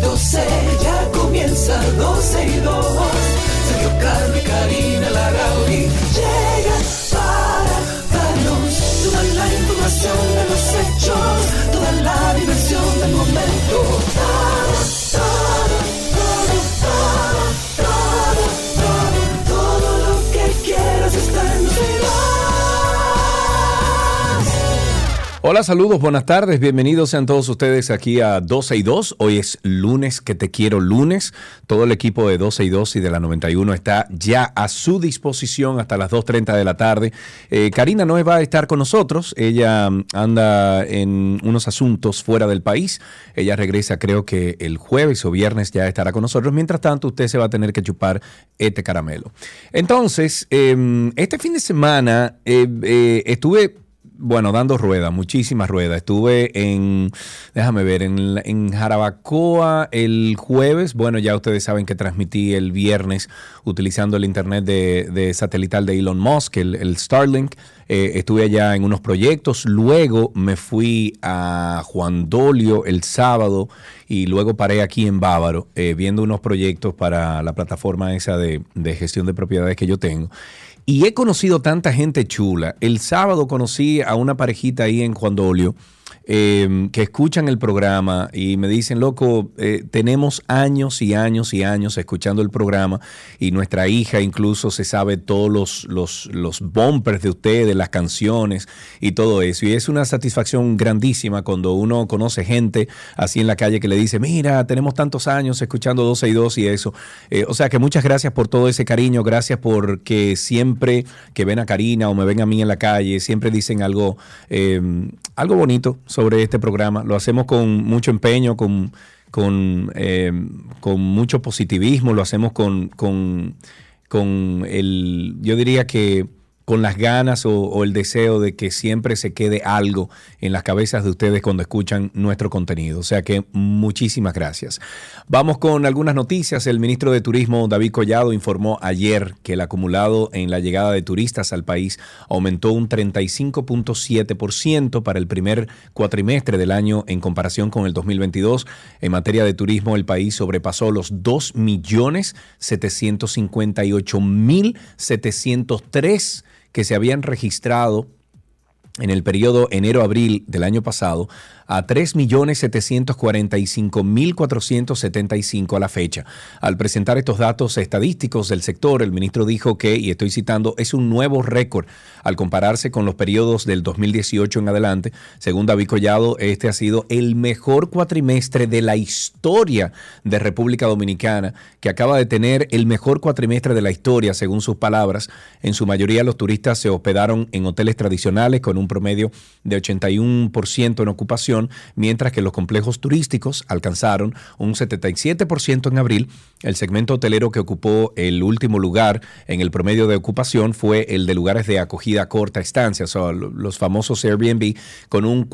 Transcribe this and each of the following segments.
12, ya comienza 12 y 2. Sergio, Carlos y Karina Larrauri llega para darnos toda la información de los hechos, toda la diversión del momento. Todo lo que quieras está en 12 y 2. Hola, saludos, buenas tardes, bienvenidos sean todos ustedes aquí a 12 y 2. Hoy es lunes, que te quiero lunes. Todo el equipo de 12 y 2 y de la 91 está ya a su disposición hasta las 2:30 de la tarde. Karina no va a estar con nosotros, ella anda en unos asuntos fuera del país. Ella regresa creo que el jueves o viernes ya estará con nosotros. Mientras tanto, usted se va a tener que chupar este caramelo. Entonces, este fin de semana estuve... dando rueda, muchísimas ruedas. Estuve en Jarabacoa el jueves. Bueno, ya ustedes saben que transmití el viernes utilizando el internet de satelital de Elon Musk, el Starlink. Estuve allá en unos proyectos. Luego me fui a Juan Dolio el sábado y luego paré aquí en Bávaro viendo unos proyectos para la plataforma esa de gestión de propiedades que yo tengo. Y he conocido tanta gente chula. El sábado conocí a una parejita ahí en Juan Dolio que escuchan el programa y me dicen, loco, tenemos años y años y años escuchando el programa y nuestra hija incluso se sabe todos los bumpers de ustedes, las canciones y todo eso. Y es una satisfacción grandísima cuando uno conoce gente así en la calle que le dice, mira, tenemos tantos años escuchando 12 y 2 y eso. O sea que muchas gracias por todo ese cariño, gracias porque siempre que ven a Karina o me ven a mí en la calle, siempre dicen algo bonito sobre este programa. Lo hacemos con mucho empeño, con mucho positivismo, lo hacemos con yo diría que con las ganas o el deseo de que siempre se quede algo en las cabezas de ustedes cuando escuchan nuestro contenido. O sea que muchísimas gracias. Vamos con algunas noticias. El ministro de Turismo, David Collado, informó ayer que el acumulado en la llegada de turistas al país aumentó un 35.7% para el primer cuatrimestre del año en comparación con el 2022. En materia de turismo, el país sobrepasó los 2.758.703 que se habían registrado en el periodo enero-abril del año pasado a 3.745.475 a la fecha. Al presentar estos datos estadísticos del sector, el ministro dijo que, y estoy citando, es un nuevo récord al compararse con los periodos del 2018 en adelante. Según David Collado, este ha sido el mejor cuatrimestre de la historia de República Dominicana, que acaba de tener el mejor cuatrimestre de la historia, según sus palabras. En su mayoría, los turistas se hospedaron en hoteles tradicionales con un promedio de 81% en ocupación, mientras que los complejos turísticos alcanzaron un 77% en abril. El segmento hotelero que ocupó el último lugar en el promedio de ocupación fue el de lugares de acogida a corta estancia, o sea, los famosos Airbnb, con un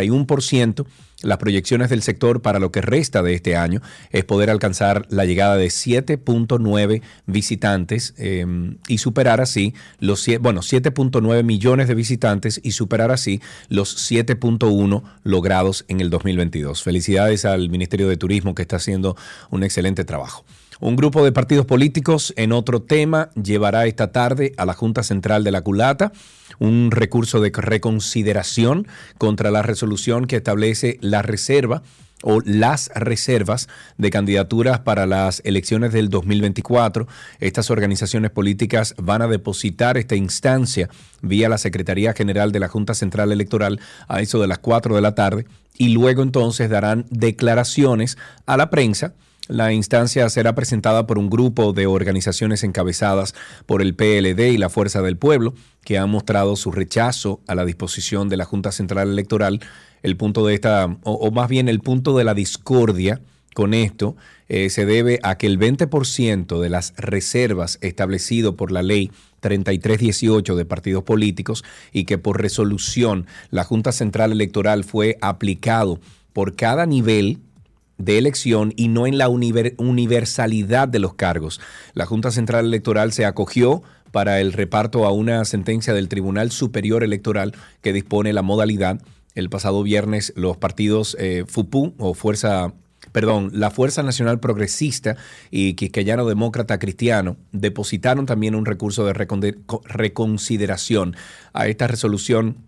41%. Las proyecciones del sector para lo que resta de este año es poder alcanzar la llegada de 7.9 visitantes y superar así los 7.9 millones de visitantes y superar así los 7.1 logrados en el 2022. Felicidades al Ministerio de Turismo que está haciendo un excelente trabajo. Un grupo de partidos políticos, en otro tema, llevará esta tarde a la Junta Central de la Culata un recurso de reconsideración contra la resolución que establece la reserva o las reservas de candidaturas para las elecciones del 2024. Estas organizaciones políticas van a depositar esta instancia vía la Secretaría General de la Junta Central Electoral a eso de las 4 de la tarde y luego entonces darán declaraciones a la prensa. La instancia será presentada por un grupo de organizaciones encabezadas por el PLD y la Fuerza del Pueblo, que han mostrado su rechazo a la disposición de la Junta Central Electoral. El punto de esta, o más bien el punto de la discordia con esto, se debe a que el 20% de las reservas establecido por la ley 3318 de partidos políticos y que por resolución la Junta Central Electoral fue aplicado por cada nivel de elección y no en la universalidad de los cargos. La Junta Central Electoral se acogió para el reparto a una sentencia del Tribunal Superior Electoral que dispone la modalidad. El pasado viernes los partidos FUPU o Fuerza la Fuerza Nacional Progresista y Quisqueyano Demócrata Cristiano depositaron también un recurso de reconsideración a esta resolución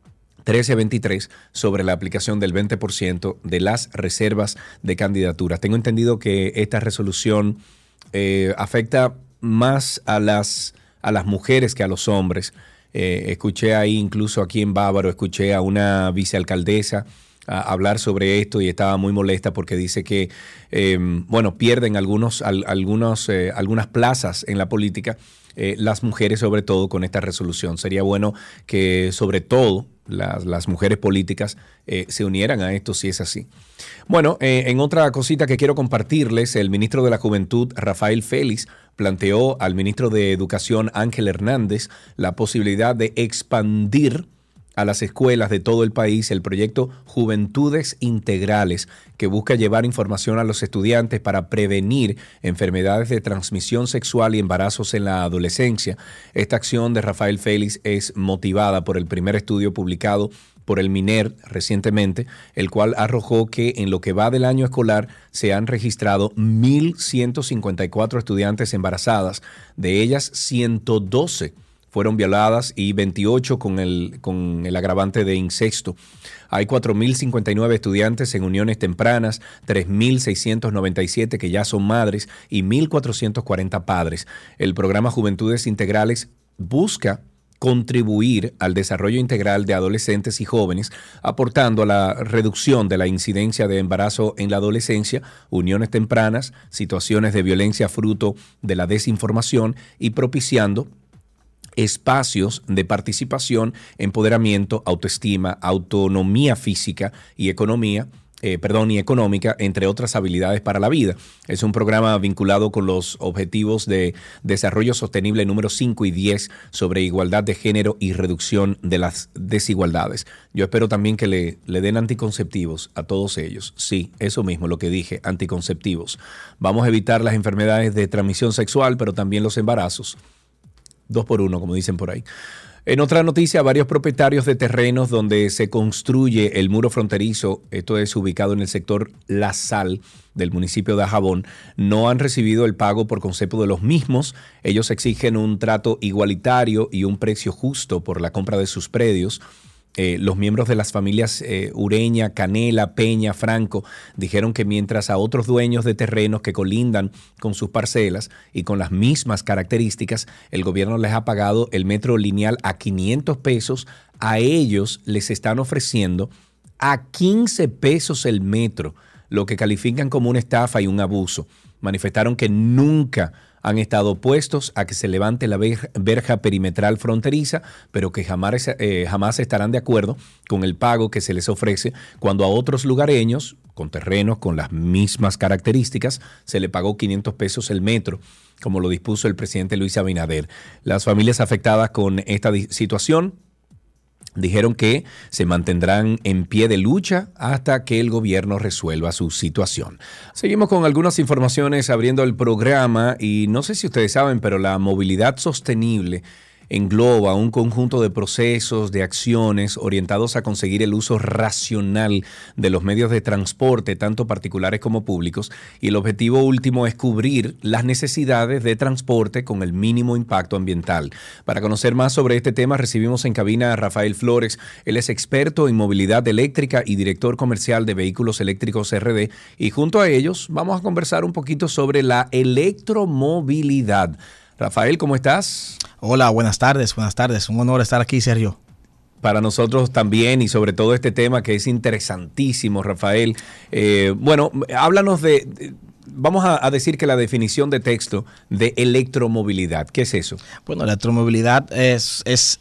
1323 sobre la aplicación del 20% de las reservas de candidaturas. Tengo entendido que esta resolución afecta más a las mujeres que a los hombres. Escuché ahí, incluso aquí en Bávaro, escuché a una vicealcaldesa hablar sobre esto y estaba muy molesta porque dice que, pierden algunas plazas en la política, las mujeres sobre todo con esta resolución. Sería bueno que sobre todo las mujeres políticas se unieran a esto si es así. Bueno, en otra cosita que quiero compartirles, el ministro de la Juventud, Rafael Félix, planteó al ministro de Educación, Ángel Hernández, la posibilidad de expandir a las escuelas de todo el país el proyecto Juventudes Integrales, que busca llevar información a los estudiantes para prevenir enfermedades de transmisión sexual y embarazos en la adolescencia. Esta acción de Rafael Félix es motivada por el primer estudio publicado por el MINER recientemente, el cual arrojó que en lo que va del año escolar se han registrado 1.154 estudiantes embarazadas, de ellas 112 fueron violadas y 28 con el agravante de incesto. Hay 4.059 estudiantes en uniones tempranas, 3.697 que ya son madres y 1.440 padres. El programa Juventudes Integrales busca contribuir al desarrollo integral de adolescentes y jóvenes, aportando a la reducción de la incidencia de embarazo en la adolescencia, uniones tempranas, situaciones de violencia fruto de la desinformación y propiciando espacios de participación, empoderamiento, autoestima, autonomía física y económica, entre otras habilidades para la vida. Es un programa vinculado con los Objetivos de Desarrollo Sostenible número 5 y 10 sobre igualdad de género y reducción de las desigualdades. Yo espero también que le den anticonceptivos a todos ellos. Sí, eso mismo, lo que dije, anticonceptivos. Vamos a evitar las enfermedades de transmisión sexual, pero también los embarazos. 2 por 1, como dicen por ahí. En otra noticia, varios propietarios de terrenos donde se construye el muro fronterizo, esto es ubicado en el sector La Sal del municipio de Dajabón, no han recibido el pago por concepto de los mismos. Ellos exigen un trato igualitario y un precio justo por la compra de sus predios. Los miembros de las familias Ureña, Canela, Peña, Franco dijeron que mientras a otros dueños de terrenos que colindan con sus parcelas y con las mismas características, el gobierno les ha pagado el metro lineal a 500 pesos, a ellos les están ofreciendo a 15 pesos el metro, lo que califican como una estafa y un abuso. Manifestaron que nunca han estado opuestos a que se levante la verja perimetral fronteriza, pero que jamás estarán de acuerdo con el pago que se les ofrece cuando a otros lugareños, con terrenos con las mismas características, se le pagó 500 pesos el metro, como lo dispuso el presidente Luis Abinader. Las familias afectadas con esta situación dijeron que se mantendrán en pie de lucha hasta que el gobierno resuelva su situación. Seguimos con algunas informaciones abriendo el programa y no sé si ustedes saben, pero la movilidad sostenible engloba un conjunto de procesos, de acciones orientados a conseguir el uso racional de los medios de transporte, tanto particulares como públicos, y el objetivo último es cubrir las necesidades de transporte con el mínimo impacto ambiental. Para conocer más sobre este tema, recibimos en cabina a Rafael Flores. Él es experto en movilidad eléctrica y director comercial de Vehículos Eléctricos RD, y junto a ellos vamos a conversar un poquito sobre la electromovilidad. Rafael, ¿cómo estás? Hola, buenas tardes. Un honor estar aquí, Sergio. Para nosotros también, y sobre todo este tema que es interesantísimo, Rafael. Háblanos vamos a decir que la definición de texto de electromovilidad, ¿qué es eso? Bueno, la electromovilidad es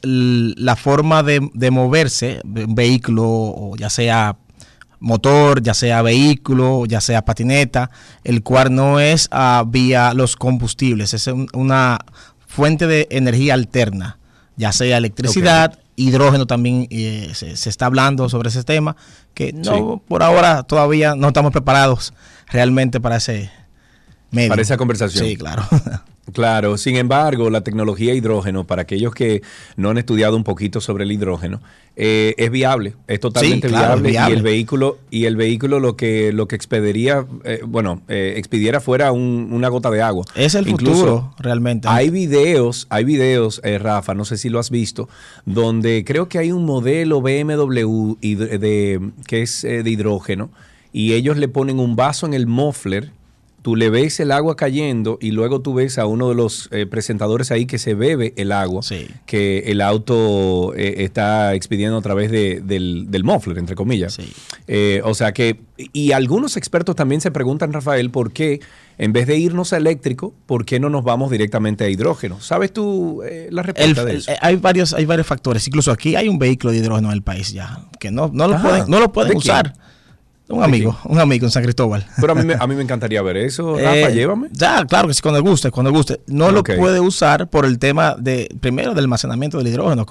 la forma de moverse de un vehículo, ya sea motor, ya sea vehículo, ya sea patineta, el cual no es vía los combustibles, es una fuente de energía alterna, ya sea electricidad, hidrógeno también, se está hablando sobre ese tema, que no, por ahora todavía no estamos preparados realmente para ese medio. Para esa conversación. Sí, claro. Claro, sin embargo, la tecnología hidrógeno, para aquellos que no han estudiado un poquito sobre el hidrógeno, es viable, es totalmente viable, viable. Y el vehículo lo que expediría, expidiera fuera una gota de agua. Es el Incluso, futuro, realmente. Hay videos, Rafa, no sé si lo has visto, donde creo que hay un modelo BMW que es de hidrógeno, y ellos le ponen un vaso en el muffler. Tú le ves el agua cayendo y luego tú ves a uno de los presentadores ahí que se bebe el agua que el auto está expidiendo a través del muffler, entre comillas. Sí. O sea que, y algunos expertos también se preguntan, Rafael, ¿por qué en vez de irnos a eléctrico, por qué no nos vamos directamente a hidrógeno? ¿Sabes tú la respuesta de eso? Hay varios factores. Incluso aquí hay un vehículo de hidrógeno en el país ya, que no lo pueden usar. Un amigo en San Cristóbal. Pero a mí me encantaría ver eso. Rafa, llévame. Ya, claro que sí, cuando guste. No lo puede usar por el tema primero del almacenamiento del hidrógeno.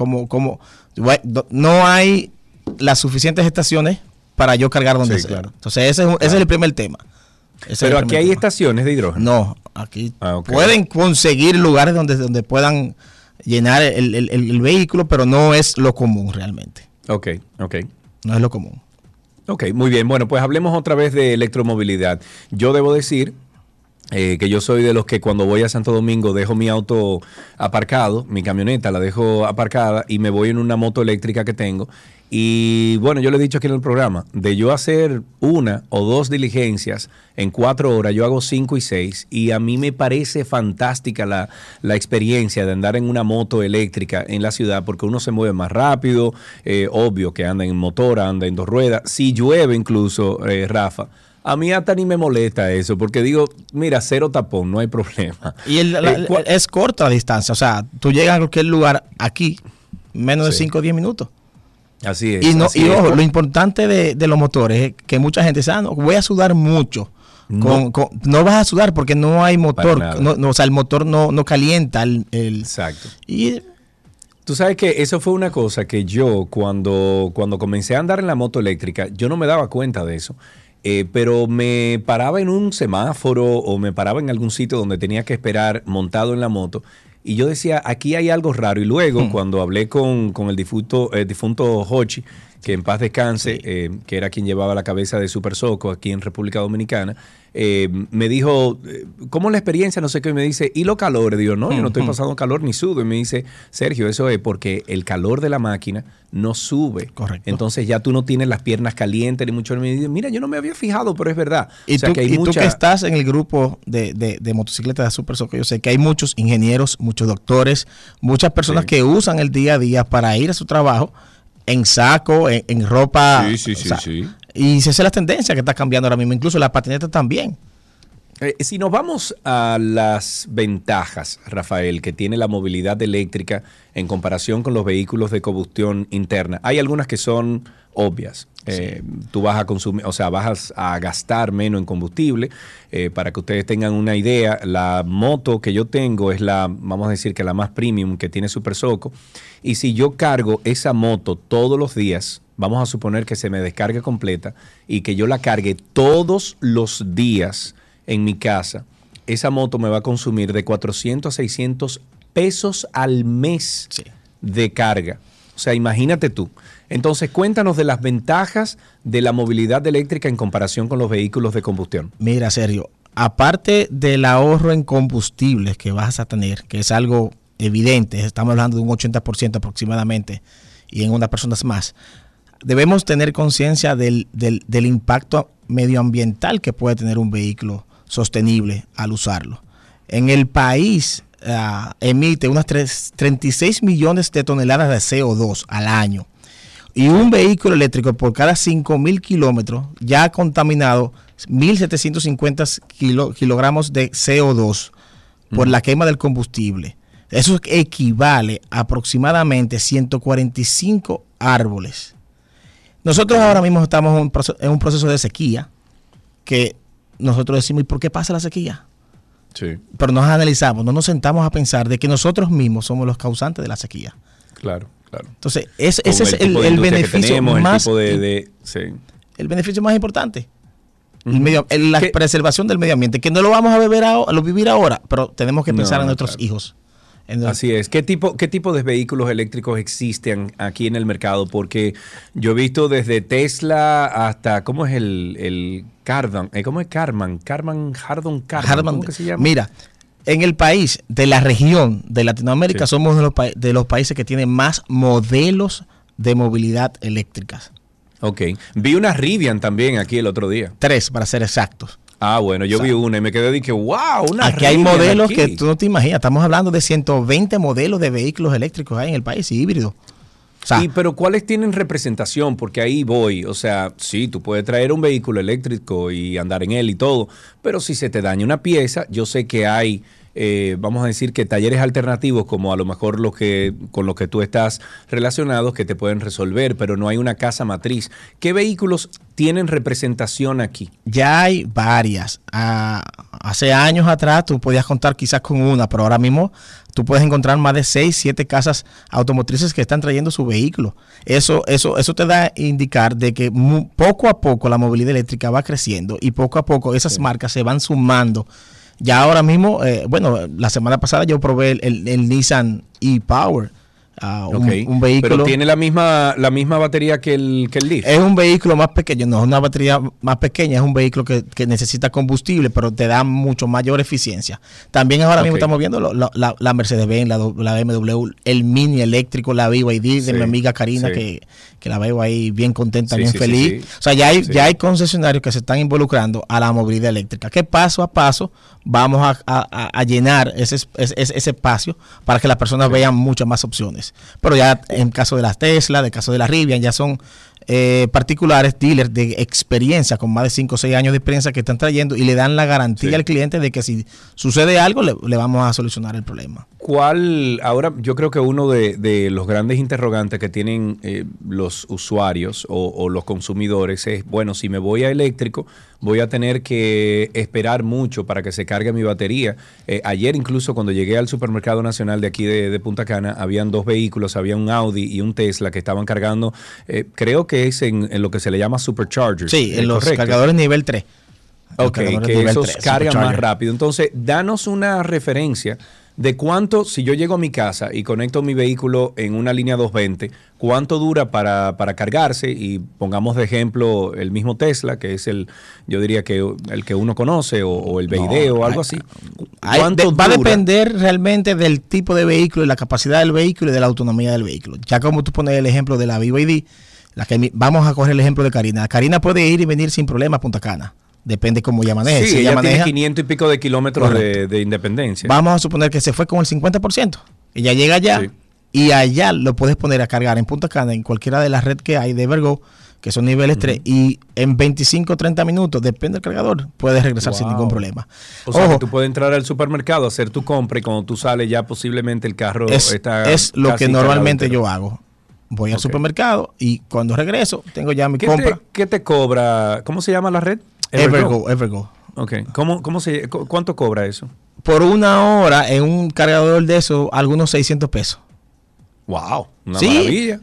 No hay las suficientes estaciones para yo cargar donde sea. Claro. Entonces ese es el primer tema. Pero aquí hay estaciones de hidrógeno. No, aquí pueden conseguir lugares donde puedan llenar el vehículo, pero no es lo común realmente. Ok. No es lo común. Ok, muy bien. Bueno, pues hablemos otra vez de electromovilidad. Yo debo decir que yo soy de los que cuando voy a Santo Domingo dejo mi auto aparcado, mi camioneta la dejo aparcada y me voy en una moto eléctrica que tengo. Y bueno, yo le he dicho aquí en el programa, de yo hacer 1 o 2 diligencias en 4 horas, yo hago 5 y 6 y a mí me parece fantástica la experiencia de andar en una moto eléctrica en la ciudad porque uno se mueve más rápido, obvio que anda en motor, anda en 2 ruedas, si llueve incluso, Rafa. A mí hasta ni me molesta eso, porque digo, mira, 0 tapón, no hay problema. Y es corta la distancia, o sea, tú llegas a cualquier lugar aquí, menos de 5 o 10 minutos. Así es. Y ojo, lo importante de los motores es que mucha gente dice, no, voy a sudar mucho. No vas a sudar porque no hay motor, o sea, el motor no calienta. Exacto. Y tú sabes que eso fue una cosa que yo, cuando comencé a andar en la moto eléctrica, yo no me daba cuenta de eso. Pero me paraba en un semáforo o me paraba en algún sitio donde tenía que esperar montado en la moto y yo decía, aquí hay algo raro. Y luego cuando hablé con el difunto Hochi, que en paz descanse, que era quien llevaba la cabeza de Super Soco aquí en República Dominicana, me dijo, ¿cómo es la experiencia? No sé qué, y me dice, ¿y los calores? Digo, no, yo no estoy pasando calor ni sudo. Y me dice, Sergio, eso es porque el calor de la máquina no sube. Correcto. Entonces ya tú no tienes las piernas calientes ni mucho. Me dice, mira, yo no me había fijado, pero es verdad. Y, tú que estás en el grupo de motocicletas de Super Soco, yo sé que hay muchos ingenieros, muchos doctores, muchas personas que usan el día a día para ir a su trabajo en saco, en ropa. Sí. Y esa es la tendencia que está cambiando ahora mismo, incluso la patineta también. Si nos vamos a las ventajas, Rafael, que tiene la movilidad eléctrica en comparación con los vehículos de combustión interna, hay algunas que son obvias. Tú vas a consumir, o sea, vas a gastar menos en combustible. Para que ustedes tengan una idea, la moto que yo tengo es vamos a decir que la más premium que tiene Super Soco. Y si yo cargo esa moto todos los días, vamos a suponer que se me descargue completa y que yo la cargue todos los días en mi casa, esa moto me va a consumir de 400 a 600 pesos al mes de carga. O sea, imagínate tú. Entonces, cuéntanos de las ventajas de la movilidad eléctrica en comparación con los vehículos de combustión. Mira, Sergio, aparte del ahorro en combustibles que vas a tener, que es algo evidente, estamos hablando de un 80% aproximadamente, y en unas personas más, debemos tener conciencia del impacto medioambiental que puede tener un vehículo sostenible al usarlo. En el país emite unas 36 millones de toneladas de CO2 al año. Y un vehículo eléctrico por cada 5,000 kilómetros ya ha contaminado 1.750 kilogramos de CO2 por la quema del combustible. Eso equivale a aproximadamente 145 árboles. Nosotros ahora mismo estamos en un proceso de sequía que nosotros decimos, ¿y por qué pasa la sequía? Sí. Pero nos analizamos, no nos sentamos a pensar de que nosotros mismos somos los causantes de la sequía. Claro. Entonces, ese es el beneficio tenemos, más el beneficio más importante. la preservación del medio ambiente, que no lo vamos a vivir ahora, pero tenemos que pensar en nuestros hijos. Así es. ¿Qué tipo de vehículos eléctricos existen aquí en el mercado? Porque yo he visto desde Tesla hasta, ¿cómo es el Cardan? ¿Cómo es Carman? ¿Cómo que se llama? Mira, en el país, de la región de Latinoamérica, somos de los países que tienen más modelos de movilidad eléctricas. Ok. Vi una Rivian también aquí el otro día. 3, para ser exactos. Ah, bueno, yo vi una y me quedé y dije, wow, una aquí hay modelos que tú no te imaginas. Estamos hablando de 120 modelos de vehículos eléctricos hay en el país, híbridos. O sea, pero ¿cuáles tienen representación? Porque ahí voy. O sea, sí, tú puedes traer un vehículo eléctrico y andar en él y todo, pero si se te daña una pieza, yo sé que hay, vamos a decir que talleres alternativos, como a lo mejor con los que tú estás relacionado, que te pueden resolver, pero no hay una casa matriz. ¿Qué vehículos tienen representación aquí? Ya hay varias. Hace años atrás tú podías contar quizás con una, pero ahora mismo tú puedes encontrar más de 6, 7 casas automotrices que están trayendo su vehículo. Eso te da a indicar de que poco a poco la movilidad eléctrica va creciendo y poco a poco esas marcas se van sumando. Ya ahora mismo, la semana pasada yo probé el Nissan e-Power. Un vehículo. Pero tiene la misma batería que el Leaf. Es un vehículo más pequeño, no es una batería más pequeña, es un vehículo que necesita combustible, pero te da mucho mayor eficiencia. También ahora mismo estamos viendo la Mercedes-Benz, la BMW, el Mini eléctrico, la BYD de mi amiga Karina, que la veo ahí bien contenta, bien feliz. Sí. O sea, ya hay concesionarios que se están involucrando a la movilidad eléctrica, que paso a paso vamos a llenar ese espacio para que las personas vean muchas más opciones. Pero ya en caso de las Tesla, en caso de la Rivian, ya son particulares, dealers de experiencia, con más de 5 o 6 años de experiencia, que están trayendo y le dan la garantía al cliente de que si sucede algo, le vamos a solucionar el problema. Ahora yo creo que uno de los grandes interrogantes que tienen los usuarios o los consumidores es, bueno, si me voy a eléctrico, voy a tener que esperar mucho para que se cargue mi batería. Ayer incluso cuando llegué al supermercado nacional de aquí de Punta Cana, habían 2 vehículos, había un Audi y un Tesla que estaban cargando, creo que es en lo que se le llama superchargers. Sí, en los cargadores nivel 3. Ok, que esos cargan más rápido. Entonces, danos una referencia de cuánto, si yo llego a mi casa y conecto mi vehículo en una línea 220, cuánto dura para cargarse, y pongamos de ejemplo el mismo Tesla, que es yo diría que el que uno conoce, o el BYD o algo así. Va a depender realmente del tipo de vehículo y la capacidad del vehículo y de la autonomía del vehículo. Ya como tú pones el ejemplo de la BYD, vamos a coger el ejemplo de Karina. Karina puede ir y venir sin problema a Punta Cana. Depende cómo ella maneje. Sí, si ella maneja, tiene 500 y pico de kilómetros de independencia. Vamos a suponer que se fue con el 50%. Ella llega allá y allá lo puedes poner a cargar en Punta Cana, en cualquiera de las redes que hay de Evergo, que son niveles 3, y en 25 o 30 minutos, depende del cargador, puedes regresar sin ningún problema. O sea, que tú puedes entrar al supermercado, hacer tu compra, y cuando tú sales ya posiblemente el carro está Es lo que normalmente yo hago. Voy al supermercado y cuando regreso tengo ya mi compra. ¿Qué te cobra? ¿Cómo se llama la red? Evergo. Ok. ¿Cuánto cobra eso? Por una hora en un cargador de eso, algunos 600 pesos. ¡Wow! Una maravilla.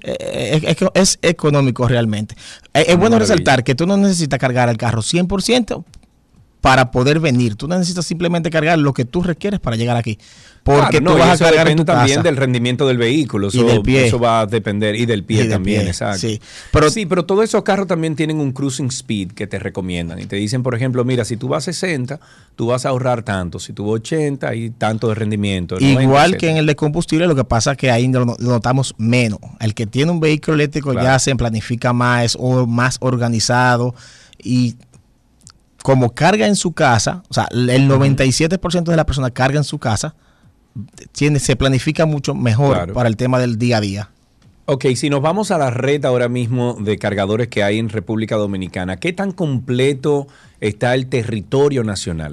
Es económico realmente. Es bueno resaltar que tú no necesitas cargar el carro 100% para poder venir. Tú necesitas simplemente cargar lo que tú requieres para llegar aquí. Porque tú vas a cargar en tu casa. También del rendimiento del vehículo. Y del pie. Eso va a depender. Y del pie también, exacto. Sí. Pero todos esos carros también tienen un cruising speed que te recomiendan. Y te dicen, por ejemplo, mira, si tú vas a 60, tú vas a ahorrar tanto. Si tú vas a 80, hay tanto de rendimiento. Igual que en el de combustible, lo que pasa es que ahí lo notamos menos. El que tiene un vehículo eléctrico ya se planifica más o más organizado, y como carga en su casa, o sea, el 97% de la persona carga en su casa, se planifica mucho mejor para el tema del día a día. Ok, si nos vamos a la red ahora mismo de cargadores que hay en República Dominicana, ¿qué tan completo está el territorio nacional?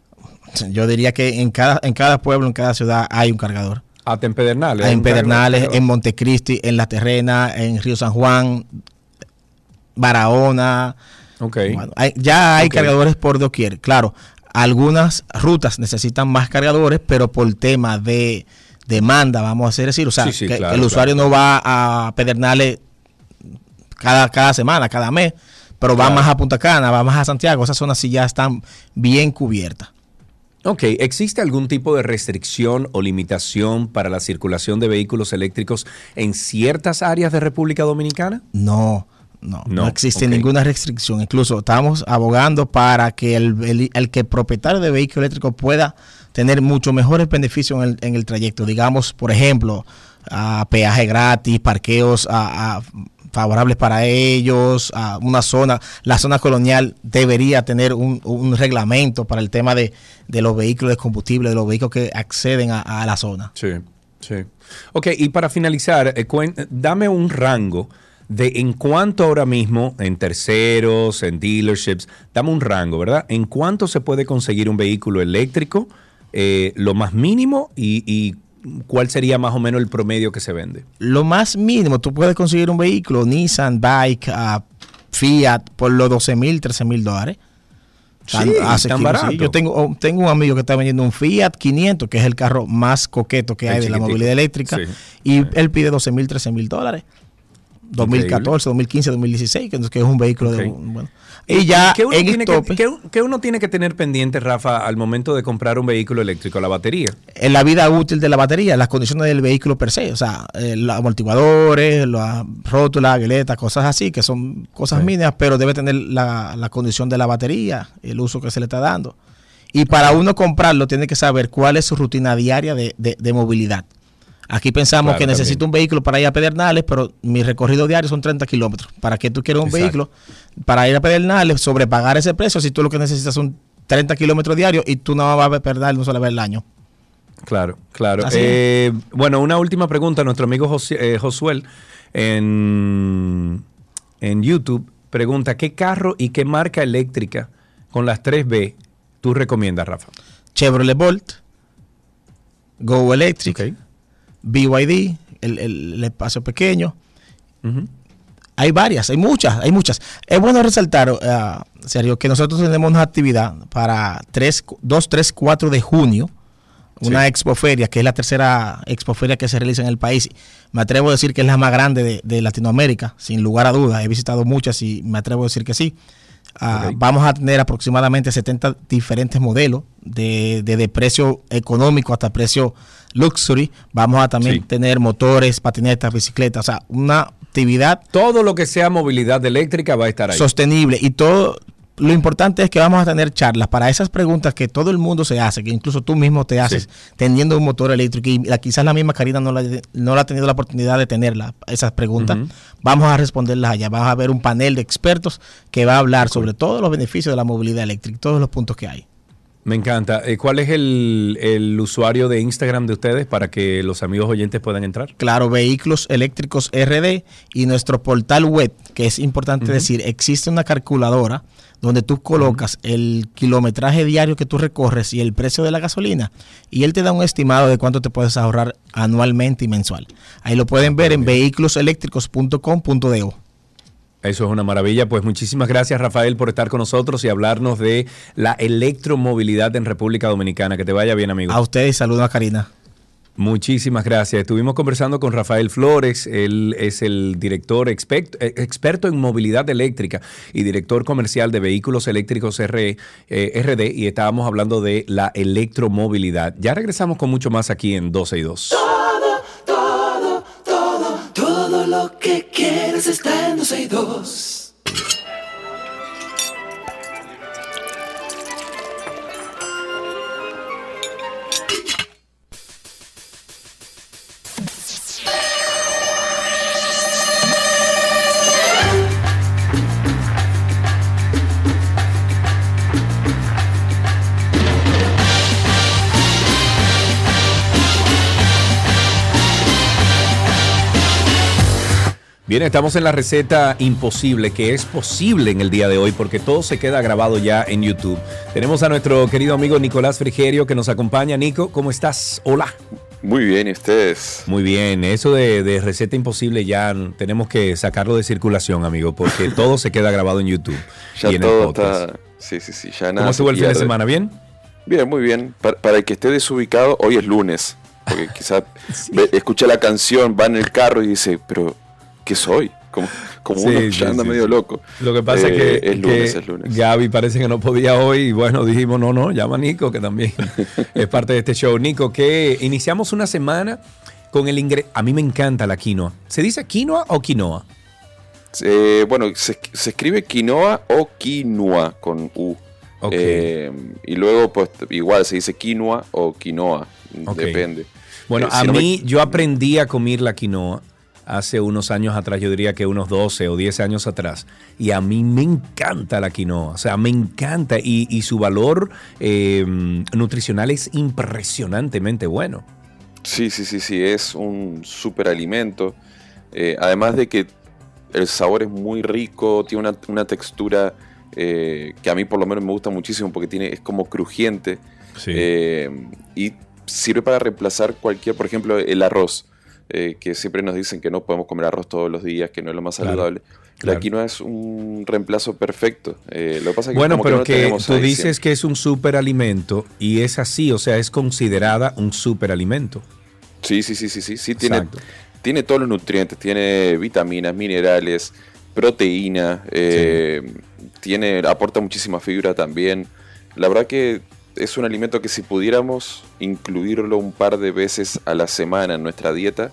Yo diría que en cada pueblo, en cada ciudad hay un cargador. Hasta en Pedernales. En Pedernales, en Montecristi, en La Terrena, en Río San Juan, Barahona. Okay. Bueno, hay cargadores por doquier. Claro, algunas rutas necesitan más cargadores, pero por tema de demanda, vamos a decir. O sea, el usuario no va a Pedernales cada semana, cada mes, pero va más a Punta Cana, va más a Santiago, esas zonas sí ya están bien cubiertas. Ok, ¿existe algún tipo de restricción o limitación para la circulación de vehículos eléctricos en ciertas áreas de República Dominicana? No existe ninguna restricción. Incluso estamos abogando para que el que propietario de vehículo eléctrico pueda tener mucho mejores beneficios en el trayecto. Digamos, por ejemplo, peaje gratis, parqueos favorables para ellos, una zona, la zona colonial debería tener un reglamento para el tema de los vehículos de combustible, de los vehículos que acceden a la zona. Sí. Ok, y para finalizar, dame un rango de en cuánto ahora mismo, en terceros, en dealerships, dame un rango, ¿verdad? ¿En cuánto se puede conseguir un vehículo eléctrico, lo más mínimo y cuál sería más o menos el promedio que se vende? Lo más mínimo, tú puedes conseguir un vehículo Nissan, Bike, Fiat por los $12,000, $13,000. Tan barato. Sí. Yo tengo un amigo que está vendiendo un Fiat 500, que es el carro más coqueto que hay de la movilidad eléctrica, y él pide $12,000, $13,000. 2014, 2015, 2016, que es un vehículo de bueno. Y ya ¿Qué uno tiene que tener pendiente, Rafa, al momento de comprar un vehículo eléctrico? La batería. En la vida útil de la batería, las condiciones del vehículo per se, o sea, los amortiguadores, las rótulas, gueletas, cosas así, que son cosas mínimas, pero debe tener la condición de la batería, el uso que se le está dando. Y para uno comprarlo, tiene que saber cuál es su rutina diaria de movilidad. Aquí pensamos que necesito un vehículo para ir a Pedernales, pero mi recorrido diario son 30 kilómetros. ¿Para qué tú quieres un vehículo para ir a Pedernales, sobrepagar ese precio, si tú lo que necesitas son 30 kilómetros diarios y tú no vas a Pedernales una sola vez al año? Claro. Bueno, una última pregunta. Nuestro amigo Josuel en YouTube pregunta, ¿qué carro y qué marca eléctrica con las 3B tú recomiendas, Rafa? Chevrolet Bolt, Go Electric, BYD, el espacio pequeño. Hay varias, hay muchas. Es bueno resaltar, Sergio, que nosotros tenemos una actividad para 2, 3, 4 de junio, una expoferia, que es la tercera expoferia que se realiza en el país. Me atrevo a decir que es la más grande de Latinoamérica, sin lugar a dudas. He visitado muchas y me atrevo a decir que sí. Vamos a tener aproximadamente 70 diferentes modelos, de precio económico hasta precio luxury. Vamos a también tener motores, patinetas, bicicletas, o sea, una actividad. Todo lo que sea movilidad eléctrica va a estar ahí. Sostenible. Y todo lo importante es que vamos a tener charlas para esas preguntas que todo el mundo se hace, que incluso tú mismo te haces teniendo un motor eléctrico, y quizás la misma Karina no la ha tenido la oportunidad de tenerla, esas preguntas. Vamos a responderlas allá. Vamos a ver un panel de expertos que va a hablar sobre todos los beneficios de la movilidad eléctrica, todos los puntos que hay. Me encanta. ¿Cuál es el usuario de Instagram de ustedes para que los amigos oyentes puedan entrar? Claro, Vehículos Eléctricos RD, y nuestro portal web, que es importante decir, existe una calculadora donde tú colocas el kilometraje diario que tú recorres y el precio de la gasolina, y él te da un estimado de cuánto te puedes ahorrar anualmente y mensual. Ahí lo pueden ver en vehiculoseléctricos.com.do. Eso es una maravilla. Pues muchísimas gracias, Rafael, por estar con nosotros y hablarnos de la electromovilidad en República Dominicana. Que te vaya bien, amigo. A ustedes, saludos a Karina. Muchísimas gracias. Estuvimos conversando con Rafael Flores. Él es el director experto en movilidad eléctrica y director comercial de Vehículos Eléctricos RD, y estábamos hablando de la electromovilidad. Ya regresamos con mucho más aquí en 12 y 2. Todo lo que quieres está en 12 y 2. Bien, estamos en la receta imposible, que es posible en el día de hoy porque todo se queda grabado ya en YouTube. Tenemos a nuestro querido amigo Nicolás Frigerio que nos acompaña. Nico, ¿cómo estás? Hola. Muy bien, ¿y ustedes? Muy bien, eso de receta imposible ya tenemos que sacarlo de circulación, amigo, porque todo se queda grabado en YouTube. Ya y en todo el podcast. está... Sí, ya nada. ¿Cómo estuvo el fin de semana? ¿Bien? Bien, muy bien. Para el que esté desubicado, hoy es lunes, porque quizás escucha la canción, va en el carro y dice, pero... ¿qué soy? como uno ya anda medio loco. Lo que pasa es es lunes. Gaby parece que no podía hoy y bueno, dijimos, no, llama a Nico, que también es parte de este show. Nico, que iniciamos una semana con el ingreso. A mí me encanta la quinoa. ¿Se dice quinoa o quinoa? Bueno, se escribe quinoa o quinoa con U. Okay. Y luego, pues, igual se dice quinoa o quinoa, depende. Bueno, yo aprendí a comer la quinoa hace unos años atrás, yo diría que unos 12 o 10 años atrás, y a mí me encanta la quinoa, o sea, me encanta, y su valor nutricional es impresionantemente bueno. Sí, es un súper alimento, además de que el sabor es muy rico, tiene una textura que a mí por lo menos me gusta muchísimo porque es como crujiente, sí. Y sirve para reemplazar por ejemplo, el arroz, que siempre nos dicen que no podemos comer arroz todos los días, que no es lo más saludable. Claro. La quinoa es un reemplazo perfecto. Lo que pasa es que bueno, pero que tú dices siempre que es un superalimento y es así, o sea, es considerada un superalimento. Sí, tiene todos los nutrientes, tiene vitaminas, minerales, proteína, aporta muchísima fibra también. La verdad que es un alimento que si pudiéramos incluirlo un par de veces a la semana en nuestra dieta,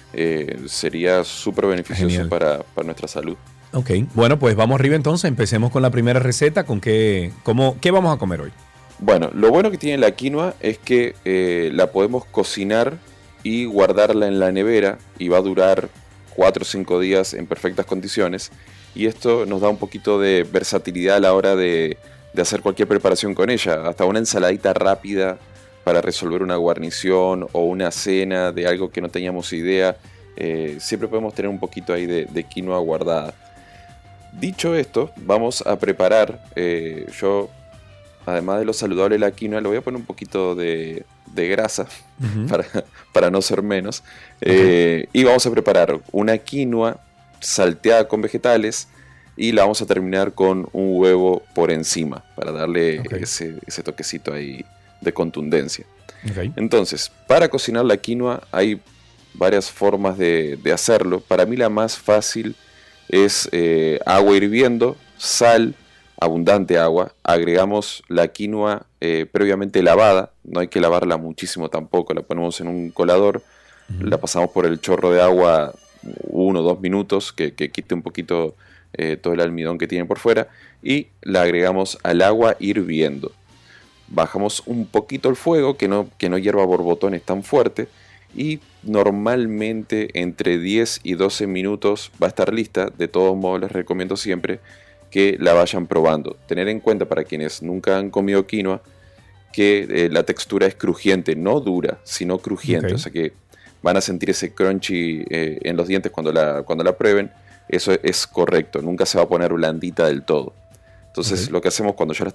sería súper beneficioso para nuestra salud. Ok, bueno, pues vamos arriba entonces, empecemos con la primera receta. ¿Qué vamos a comer hoy? Bueno, lo bueno que tiene la quinoa es que la podemos cocinar y guardarla en la nevera y va a durar 4 o 5 días en perfectas condiciones, y esto nos da un poquito de versatilidad a la hora de hacer cualquier preparación con ella, hasta una ensaladita rápida para resolver una guarnición o una cena de algo que no teníamos idea. Siempre podemos tener un poquito ahí de quinoa guardada. Dicho esto, vamos a preparar, yo además de lo saludable de la quinoa, le voy a poner un poquito de grasa, para no ser menos, y vamos a preparar una quinoa salteada con vegetales y la vamos a terminar con un huevo por encima para darle ese toquecito ahí de contundencia. Entonces, para cocinar la quinoa hay varias formas de hacerlo. Para mí la más fácil es agua hirviendo, sal, abundante agua, agregamos la quinoa previamente lavada, no hay que lavarla muchísimo tampoco, la ponemos en un colador, la pasamos por el chorro de agua 1 o 2 minutos que quite un poquito todo el almidón que tiene por fuera, y la agregamos al agua hirviendo. Bajamos un poquito el fuego, que no hierva borbotones tan fuerte, y normalmente entre 10 y 12 minutos va a estar lista. De todos modos les recomiendo siempre que la vayan probando. Tener en cuenta, para quienes nunca han comido quinoa, que la textura es crujiente, no dura, sino crujiente. O sea que van a sentir ese crunchy en los dientes cuando la prueben. Eso es correcto, nunca se va a poner blandita del todo. Entonces lo que hacemos cuando ya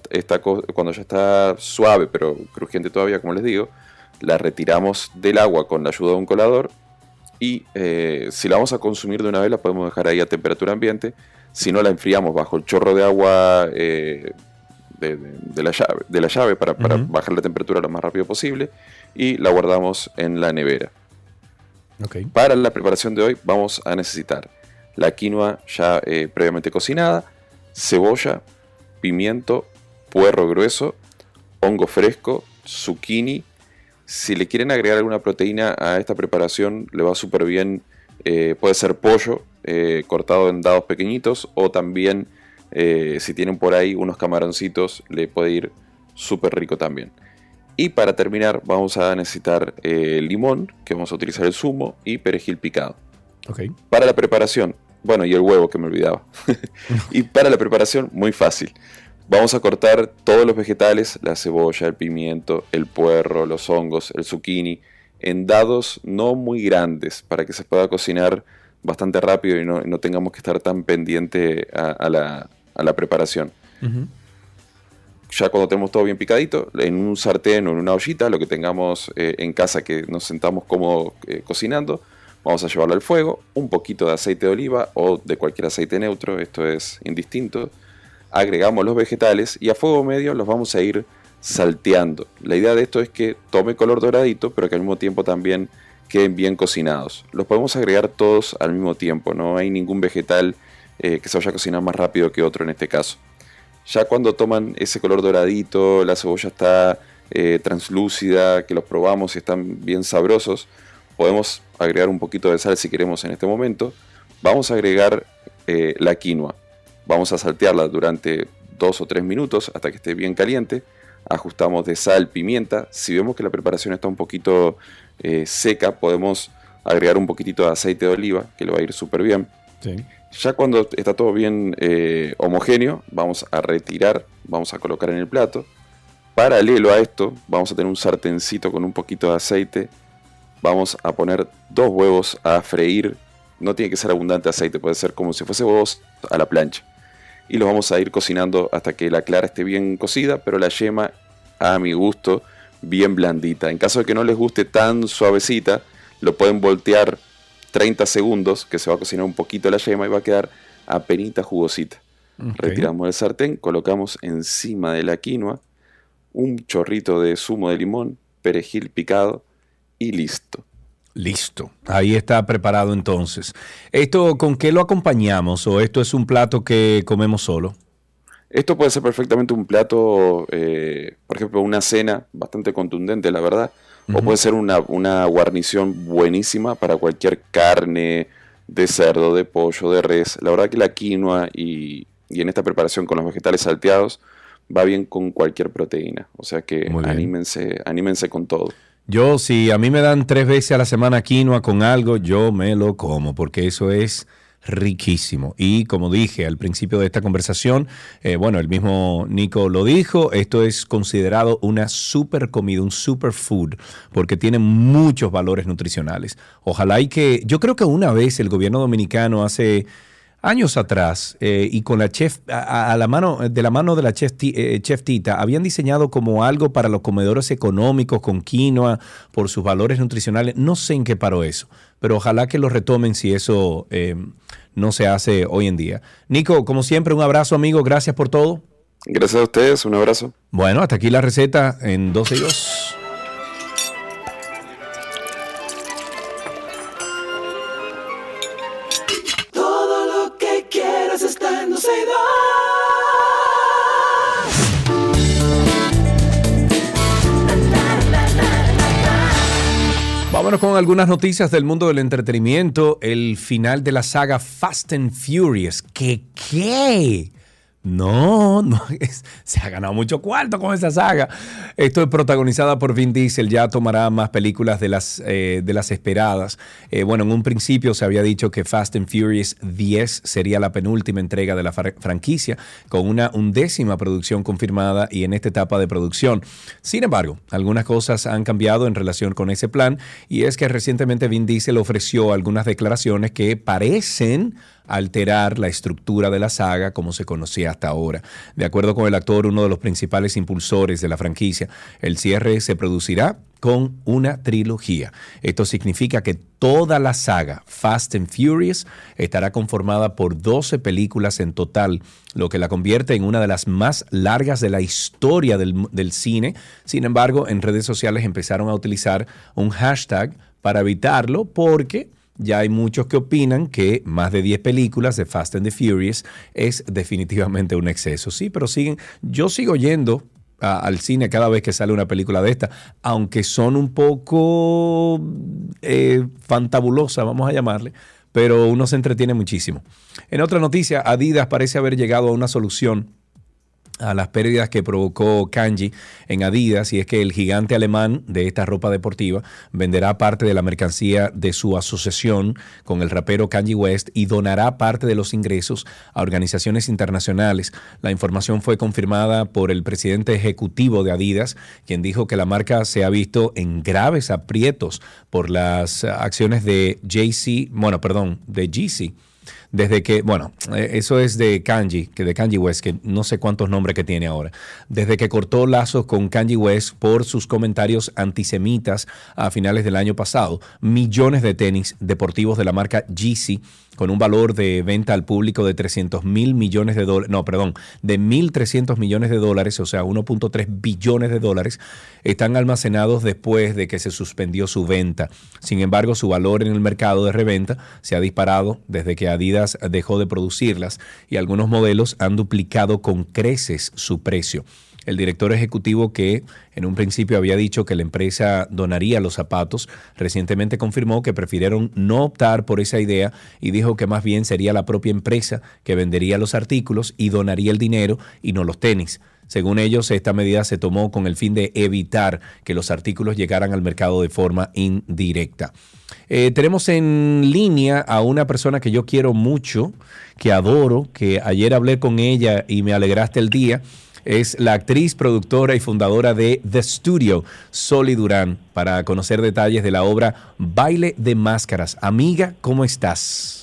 está suave pero crujiente todavía, como les digo, la retiramos del agua con la ayuda de un colador, y si la vamos a consumir de una vez la podemos dejar ahí a temperatura ambiente. Si no, la enfriamos bajo el chorro de agua de la llave para bajar la temperatura lo más rápido posible, y la guardamos en la nevera. Para la preparación de hoy vamos a necesitar la quinoa ya previamente cocinada, cebolla, pimiento, puerro grueso, hongo fresco, zucchini. Si le quieren agregar alguna proteína a esta preparación, le va súper bien. Puede ser pollo cortado en dados pequeñitos, o también si tienen por ahí unos camaroncitos, le puede ir súper rico también. Y para terminar vamos a necesitar limón, que vamos a utilizar el zumo, y perejil picado. Para la preparación, bueno, y el huevo que me olvidaba. Y para la preparación, muy fácil. Vamos a cortar todos los vegetales, la cebolla, el pimiento, el puerro, los hongos, el zucchini, en dados no muy grandes, para que se pueda cocinar bastante rápido y no tengamos que estar tan pendiente a la preparación. Ya cuando tenemos todo bien picadito, en un sartén o en una ollita, lo que tengamos en casa que nos sentamos cómodos cocinando, vamos a llevarlo al fuego, un poquito de aceite de oliva o de cualquier aceite neutro, esto es indistinto. Agregamos los vegetales y a fuego medio los vamos a ir salteando. La idea de esto es que tome color doradito, pero que al mismo tiempo también queden bien cocinados. Los podemos agregar todos al mismo tiempo, no hay ningún vegetal que se vaya a cocinar más rápido que otro en este caso. Ya cuando toman ese color doradito, la cebolla está translúcida, que los probamos y están bien sabrosos, podemos agregar un poquito de sal si queremos en este momento. Vamos a agregar la quinoa. Vamos a saltearla durante 2 o 3 minutos hasta que esté bien caliente. Ajustamos de sal, pimienta. Si vemos que la preparación está un poquito seca, podemos agregar un poquitito de aceite de oliva, que le va a ir súper bien. Sí. Ya cuando está todo bien homogéneo, vamos a retirar, vamos a colocar en el plato. Paralelo a esto, vamos a tener un sartencito con un poquito de aceite. Vamos a poner 2 huevos a freír. No tiene que ser abundante aceite, puede ser como si fuese huevos a la plancha. Y los vamos a ir cocinando hasta que la clara esté bien cocida, pero la yema, a mi gusto, bien blandita. En caso de que no les guste tan suavecita, lo pueden voltear 30 segundos, que se va a cocinar un poquito la yema y va a quedar apenita jugosita. Okay. Retiramos el sartén, colocamos encima de la quinoa un chorrito de zumo de limón, perejil picado y listo. Listo, ahí está preparado entonces. ¿Esto con qué lo acompañamos o esto es un plato que comemos solo? Esto puede ser perfectamente un plato, por ejemplo, una cena bastante contundente, la verdad. O puede ser una guarnición buenísima para cualquier carne de cerdo, de pollo, de res. La verdad que la quinoa y en esta preparación con los vegetales salteados va bien con cualquier proteína. O sea que anímense con todo. Yo, si a mí me dan 3 veces a la semana quinoa con algo, yo me lo como, porque eso es riquísimo. Y como dije al principio de esta conversación, el mismo Nico lo dijo, esto es considerado una super comida, un superfood, porque tiene muchos valores nutricionales. Ojalá yo creo que una vez el gobierno dominicano hace años atrás, y con la chef de la mano de la chef Tita, habían diseñado como algo para los comedores económicos con quinoa por sus valores nutricionales. No sé en qué paró eso, pero ojalá que lo retomen si eso no se hace hoy en día. Nico, como siempre, un abrazo, amigo. Gracias por todo. Gracias a ustedes. Un abrazo. Bueno, hasta aquí la receta en 12 y 2. Está en 12 y 2. Vámonos con algunas noticias del mundo del entretenimiento. El final de la saga Fast and Furious. ¿Qué? No, se ha ganado mucho cuarto con esa saga. Esto es protagonizada por Vin Diesel, ya tomará más películas de las esperadas. En un principio se había dicho que Fast and Furious 10 sería la penúltima entrega de la franquicia, con una 11ª producción confirmada y en esta etapa de producción. Sin embargo, algunas cosas han cambiado en relación con ese plan, y es que recientemente Vin Diesel ofreció algunas declaraciones que parecen alterar la estructura de la saga como se conocía hasta ahora. De acuerdo con el actor, uno de los principales impulsores de la franquicia, el cierre se producirá con una trilogía. Esto significa que toda la saga Fast and Furious estará conformada por 12 películas en total, lo que la convierte en una de las más largas de la historia del cine. Sin embargo, en redes sociales empezaron a utilizar un hashtag para evitarlo, porque ya hay muchos que opinan que más de 10 películas de Fast and the Furious es definitivamente un exceso. Sí, pero yo sigo yendo al cine cada vez que sale una película de esta, aunque son un poco fantabulosas, vamos a llamarle, pero uno se entretiene muchísimo. En otra noticia, Adidas parece haber llegado a una solución a las pérdidas que provocó Kanji en Adidas, y es que el gigante alemán de esta ropa deportiva venderá parte de la mercancía de su asociación con el rapero Kanye West y donará parte de los ingresos a organizaciones internacionales. La información fue confirmada por el presidente ejecutivo de Adidas, quien dijo que la marca se ha visto en graves aprietos por las acciones de Yeezy. desde que, bueno, eso es de Kanye, que de Kanye West, que no sé cuántos nombres que tiene ahora, desde que cortó lazos con Kanye West por sus comentarios antisemitas a finales del año pasado, millones de tenis deportivos de la marca Yeezy con un valor de venta al público de 300 mil millones de dólares, no, perdón, de 1.300 millones de dólares, o sea, 1.3 billones de dólares, están almacenados después de que se suspendió su venta. Sin embargo, su valor en el mercado de reventa se ha disparado desde que Adidas dejó de producirlas y algunos modelos han duplicado con creces su precio. El director ejecutivo, que en un principio había dicho que la empresa donaría los zapatos, recientemente confirmó que prefirieron no optar por esa idea y dijo que más bien sería la propia empresa que vendería los artículos y donaría el dinero y no los tenis. Según ellos, esta medida se tomó con el fin de evitar que los artículos llegaran al mercado de forma indirecta. Tenemos en línea a una persona que yo quiero mucho, que adoro, que ayer hablé con ella y me alegraste el día. Es la actriz, productora y fundadora de The Studio, Soli Durán, para conocer detalles de la obra Baile de Máscaras. Amiga, ¿cómo estás?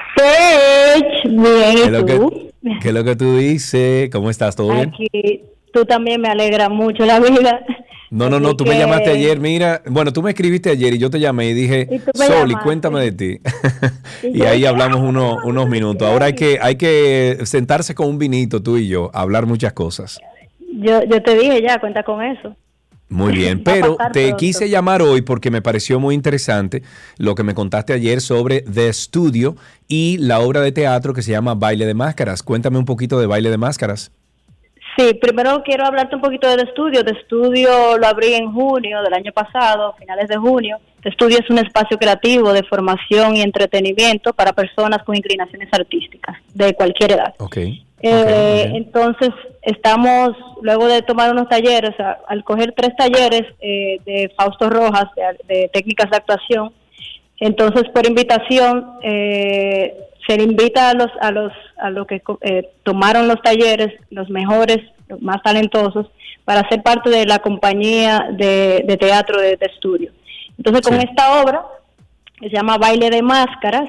Bien, ¿y tú? ¿Qué es lo que tú dices? ¿Cómo estás? ¿Todo bien? Aquí, tú también me alegra mucho la vida. No, tú me llamaste ayer, mira, bueno, tú me escribiste ayer y yo te llamé y dije, Soli, cuéntame de ti. Y ahí hablamos unos minutos. Ahora hay que sentarse con un vinito, tú y yo, a hablar muchas cosas. Yo te dije ya, cuenta con eso. Muy bien, pero te quise llamar hoy porque me pareció muy interesante lo que me contaste ayer sobre The Studio y la obra de teatro que se llama Baile de Máscaras. Cuéntame un poquito de Baile de Máscaras. Sí, primero quiero hablarte un poquito de The Studio. The Studio lo abrí en junio del año pasado, finales de junio. The Studio es un espacio creativo de formación y entretenimiento para personas con inclinaciones artísticas de cualquier edad. Okay. Entonces, estamos, luego de tomar unos talleres, o sea, al coger 3 talleres de Fausto Rojas, de técnicas de actuación, entonces por invitación se le invita a los que tomaron los talleres, los mejores, los más talentosos, para ser parte de la compañía de teatro de estudio. Entonces, con esta obra, que se llama Baile de Máscaras,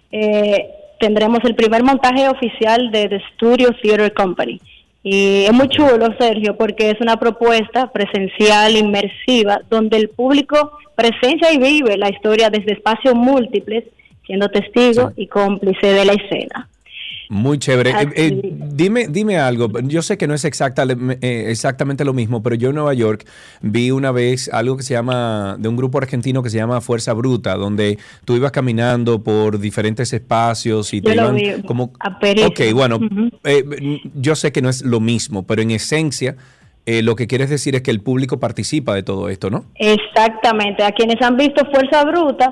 tendremos el primer montaje oficial de The Studio Theater Company. Y es muy chulo, Sergio, porque es una propuesta presencial, inmersiva, donde el público presencia y vive la historia desde espacios múltiples, siendo testigo y cómplice de la escena. Muy chévere. Dime algo. Yo sé que no es exactamente lo mismo, pero yo en Nueva York vi una vez algo que se llama, de un grupo argentino que se llama Fuerza Bruta, donde tú ibas caminando por diferentes espacios y te iban como... Ok, bueno, yo sé que no es lo mismo, pero en esencia... lo que quieres decir es que el público participa de todo esto, ¿no? Exactamente. A quienes han visto Fuerza Bruta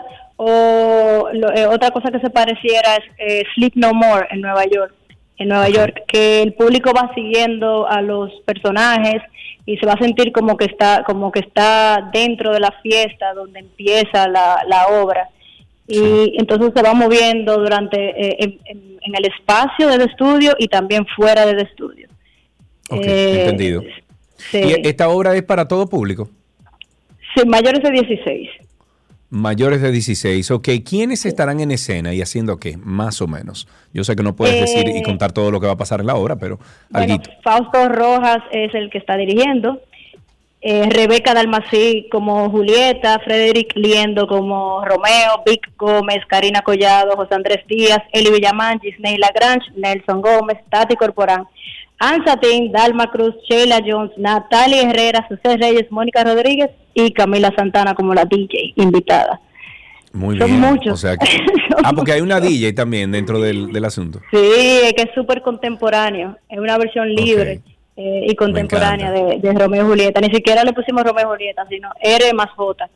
o otra cosa que se pareciera es Sleep No More en Nueva York. En Nueva York, que el público va siguiendo a los personajes y se va a sentir como que está dentro de la fiesta donde empieza la obra. Y entonces se va moviendo durante en el espacio del estudio y también fuera del estudio. Ok, entendido. Sí. ¿Y esta obra es para todo público? Sí, mayores de 16. Mayores de 16, ok. ¿Quiénes estarán en escena y haciendo qué, más o menos? Yo sé que no puedes decir y contar todo lo que va a pasar en la obra, pero alguito. Fausto Rojas es el que está dirigiendo, Rebeca Dalmací como Julieta, Frederick Liendo como Romeo, Vic Gómez, Karina Collado, José Andrés Díaz, Eli Villamán, Gisney Lagrange, Nelson Gómez, Tati Corporán, Ansatín, Dalma Cruz, Sheila Jones, Natalia Herrera, José Reyes, Mónica Rodríguez y Camila Santana como la DJ invitada. Muy Son bien. muchos. O sea que, porque hay una DJ también dentro del asunto. Sí, es que es súper contemporáneo. Es una versión libre y contemporánea de Romeo y Julieta. Ni siquiera le pusimos Romeo y Julieta, sino R más J.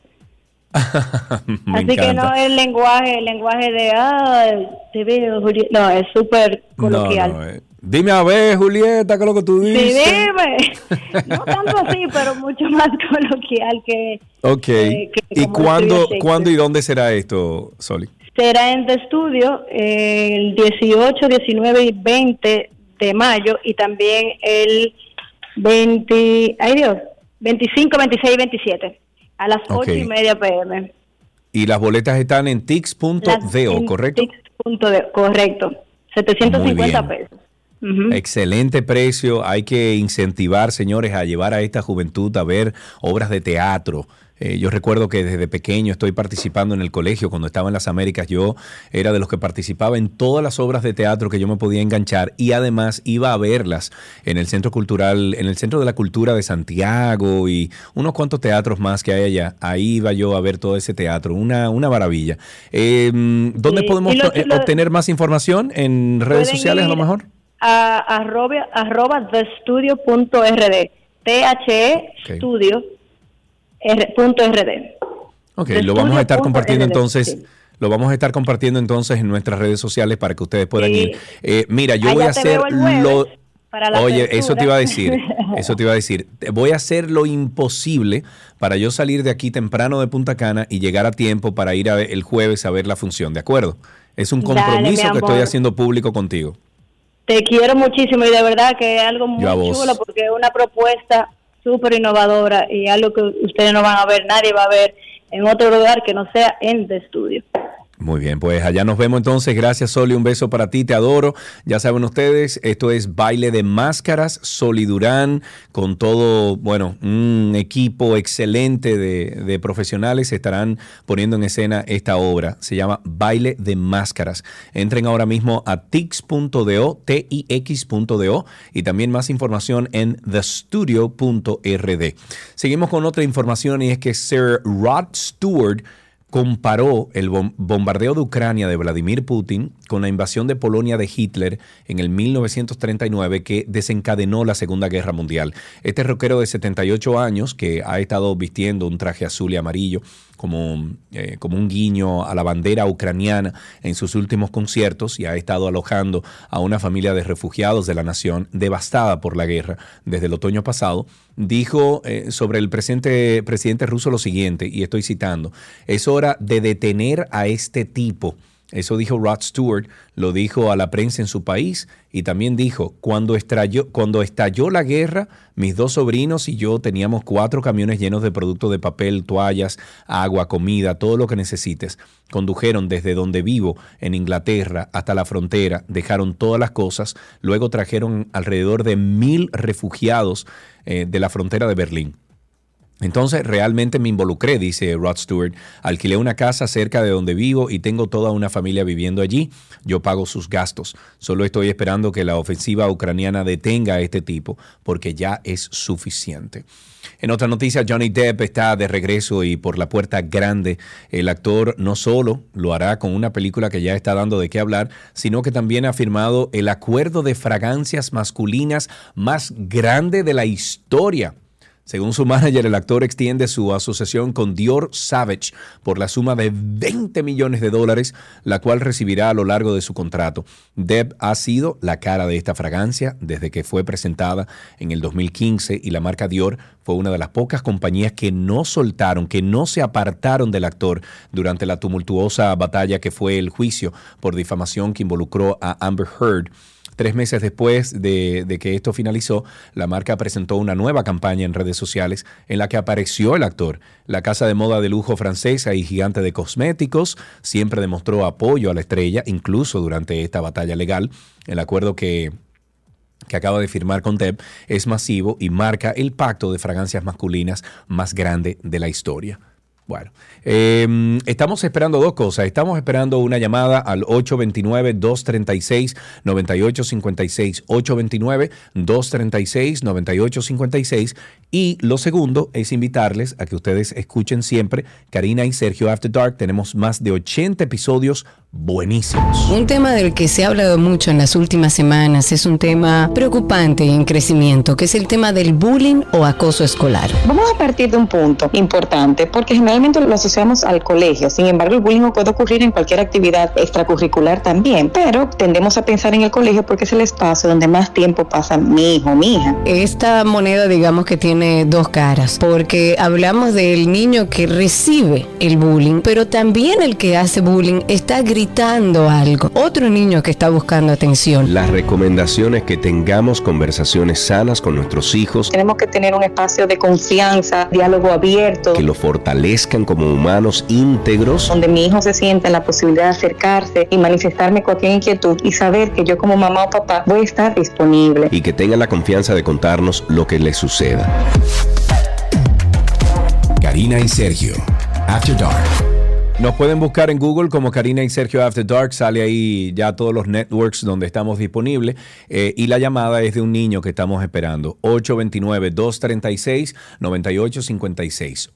Así que no es el lenguaje de te veo, Julieta. No, es súper coloquial. No, dime a ver, Julieta, ¿qué es lo que tú dices? Sí, dime. No tanto así, pero mucho más coloquial que... Ok. ¿Y cuándo y dónde será esto, Soli? Será en The Studio el 18, 19 y 20 de mayo y también el 25, 26 y 27 a las 8:30 p.m. Y las boletas están en tix.do, ¿correcto? Tix.do, correcto. 750 pesos. Uh-huh. Excelente precio. Hay que incentivar, señores, a llevar a esta juventud a ver obras de teatro. Yo recuerdo que desde pequeño estoy participando en el colegio. Cuando estaba en las Américas, yo era de los que participaba en todas las obras de teatro que yo me podía enganchar, y además iba a verlas en el Centro Cultural, en el Centro de la Cultura de Santiago y unos cuantos teatros más que hay allá. Ahí iba yo a ver todo ese teatro. Una maravilla. ¿Dónde podemos obtener más información? ¿En redes sociales a lo mejor? arroba thestudio.rd, THE Studio.rd. Ok, lo vamos a estar compartiendo entonces. Sí. Lo vamos a estar compartiendo entonces en nuestras redes sociales para que ustedes puedan ir. Mira, yo voy a hacer lo... Oye, eso te iba a decir. Voy a hacer lo imposible para yo salir de aquí temprano de Punta Cana y llegar a tiempo para ir el jueves a ver la función, ¿de acuerdo? Es un compromiso que estoy haciendo público contigo. Te quiero muchísimo y de verdad que es algo muy chulo porque es una propuesta súper innovadora y algo que ustedes no van a ver, nadie va a ver en otro lugar que no sea en The Studio. Muy bien, pues allá nos vemos entonces. Gracias, Soli, un beso para ti, te adoro. Ya saben ustedes, esto es Baile de Máscaras, Soli Durán, con todo, bueno, un equipo excelente de profesionales estarán poniendo en escena esta obra. Se llama Baile de Máscaras. Entren ahora mismo a tix.do, tix.do, y también más información en thestudio.rd. Seguimos con otra información y es que Sir Rod Stewart comparó el bombardeo de Ucrania de Vladimir Putin con la invasión de Polonia de Hitler en el 1939 que desencadenó la Segunda Guerra Mundial. Este rockero de 78 años que ha estado vistiendo un traje azul y amarillo como un guiño a la bandera ucraniana en sus últimos conciertos y ha estado alojando a una familia de refugiados de la nación devastada por la guerra desde el otoño pasado, dijo sobre el presidente ruso lo siguiente, y estoy citando: es hora de detener a este tipo. Eso dijo Rod Stewart, lo dijo a la prensa en su país y también dijo: cuando estalló la guerra, mis dos sobrinos y yo teníamos 4 camiones llenos de productos de papel, toallas, agua, comida, todo lo que necesites. Condujeron desde donde vivo, en Inglaterra, hasta la frontera, dejaron todas las cosas, luego trajeron alrededor de 1,000 refugiados de la frontera de Berlín. Entonces realmente me involucré, dice Rod Stewart. Alquilé una casa cerca de donde vivo y tengo toda una familia viviendo allí. Yo pago sus gastos. Solo estoy esperando que la ofensiva ucraniana detenga a este tipo porque ya es suficiente. En otra noticia, Johnny Depp está de regreso y por la puerta grande. El actor no solo lo hará con una película que ya está dando de qué hablar, sino que también ha firmado el acuerdo de fragancias masculinas más grande de la historia. Según su manager, el actor extiende su asociación con Dior Sauvage por la suma de $20 millones, la cual recibirá a lo largo de su contrato. Depp ha sido la cara de esta fragancia desde que fue presentada en el 2015 y la marca Dior fue una de las pocas compañías que no soltaron, que no se apartaron del actor durante la tumultuosa batalla que fue el juicio por difamación que involucró a Amber Heard. 3 meses después de que esto finalizó, la marca presentó una nueva campaña en redes sociales en la que apareció el actor. La casa de moda de lujo francesa y gigante de cosméticos siempre demostró apoyo a la estrella, incluso durante esta batalla legal. El acuerdo que acaba de firmar con Depp es masivo y marca el pacto de fragancias masculinas más grande de la historia. Bueno, estamos esperando 2 cosas. Estamos esperando una llamada al 829-236-9856, 829-236-9856. Y lo segundo es invitarles a que ustedes escuchen siempre Karina y Sergio After Dark. Tenemos más de 80 episodios buenísimos. Un tema del que se ha hablado mucho en las últimas semanas es un tema preocupante y en crecimiento, que es el tema del bullying o acoso escolar. Vamos a partir de un punto importante, porque generalmente lo asociamos al colegio. Sin embargo, el bullying puede ocurrir en cualquier actividad extracurricular también, pero tendemos a pensar en el colegio porque es el espacio donde más tiempo pasa mi hijo o mi hija. Esta moneda, digamos que tiene 2 caras, porque hablamos del niño que recibe el bullying, pero también el que hace bullying está gritando algo. Otro niño que está buscando atención. La recomendación es que tengamos conversaciones sanas con nuestros hijos. Tenemos que tener un espacio de confianza, diálogo abierto. Que lo fortalezca crezcan como humanos íntegros. Donde mi hijo se sienta en la posibilidad de acercarse y manifestarme cualquier inquietud y saber que yo como mamá o papá voy a estar disponible. Y que tengan la confianza de contarnos lo que les suceda. Karina y Sergio, After Dark. Nos pueden buscar en Google como Karina y Sergio After Dark. Sale ahí ya todos los networks donde estamos disponibles. Y la llamada es de un niño que estamos esperando. 829-236-9856.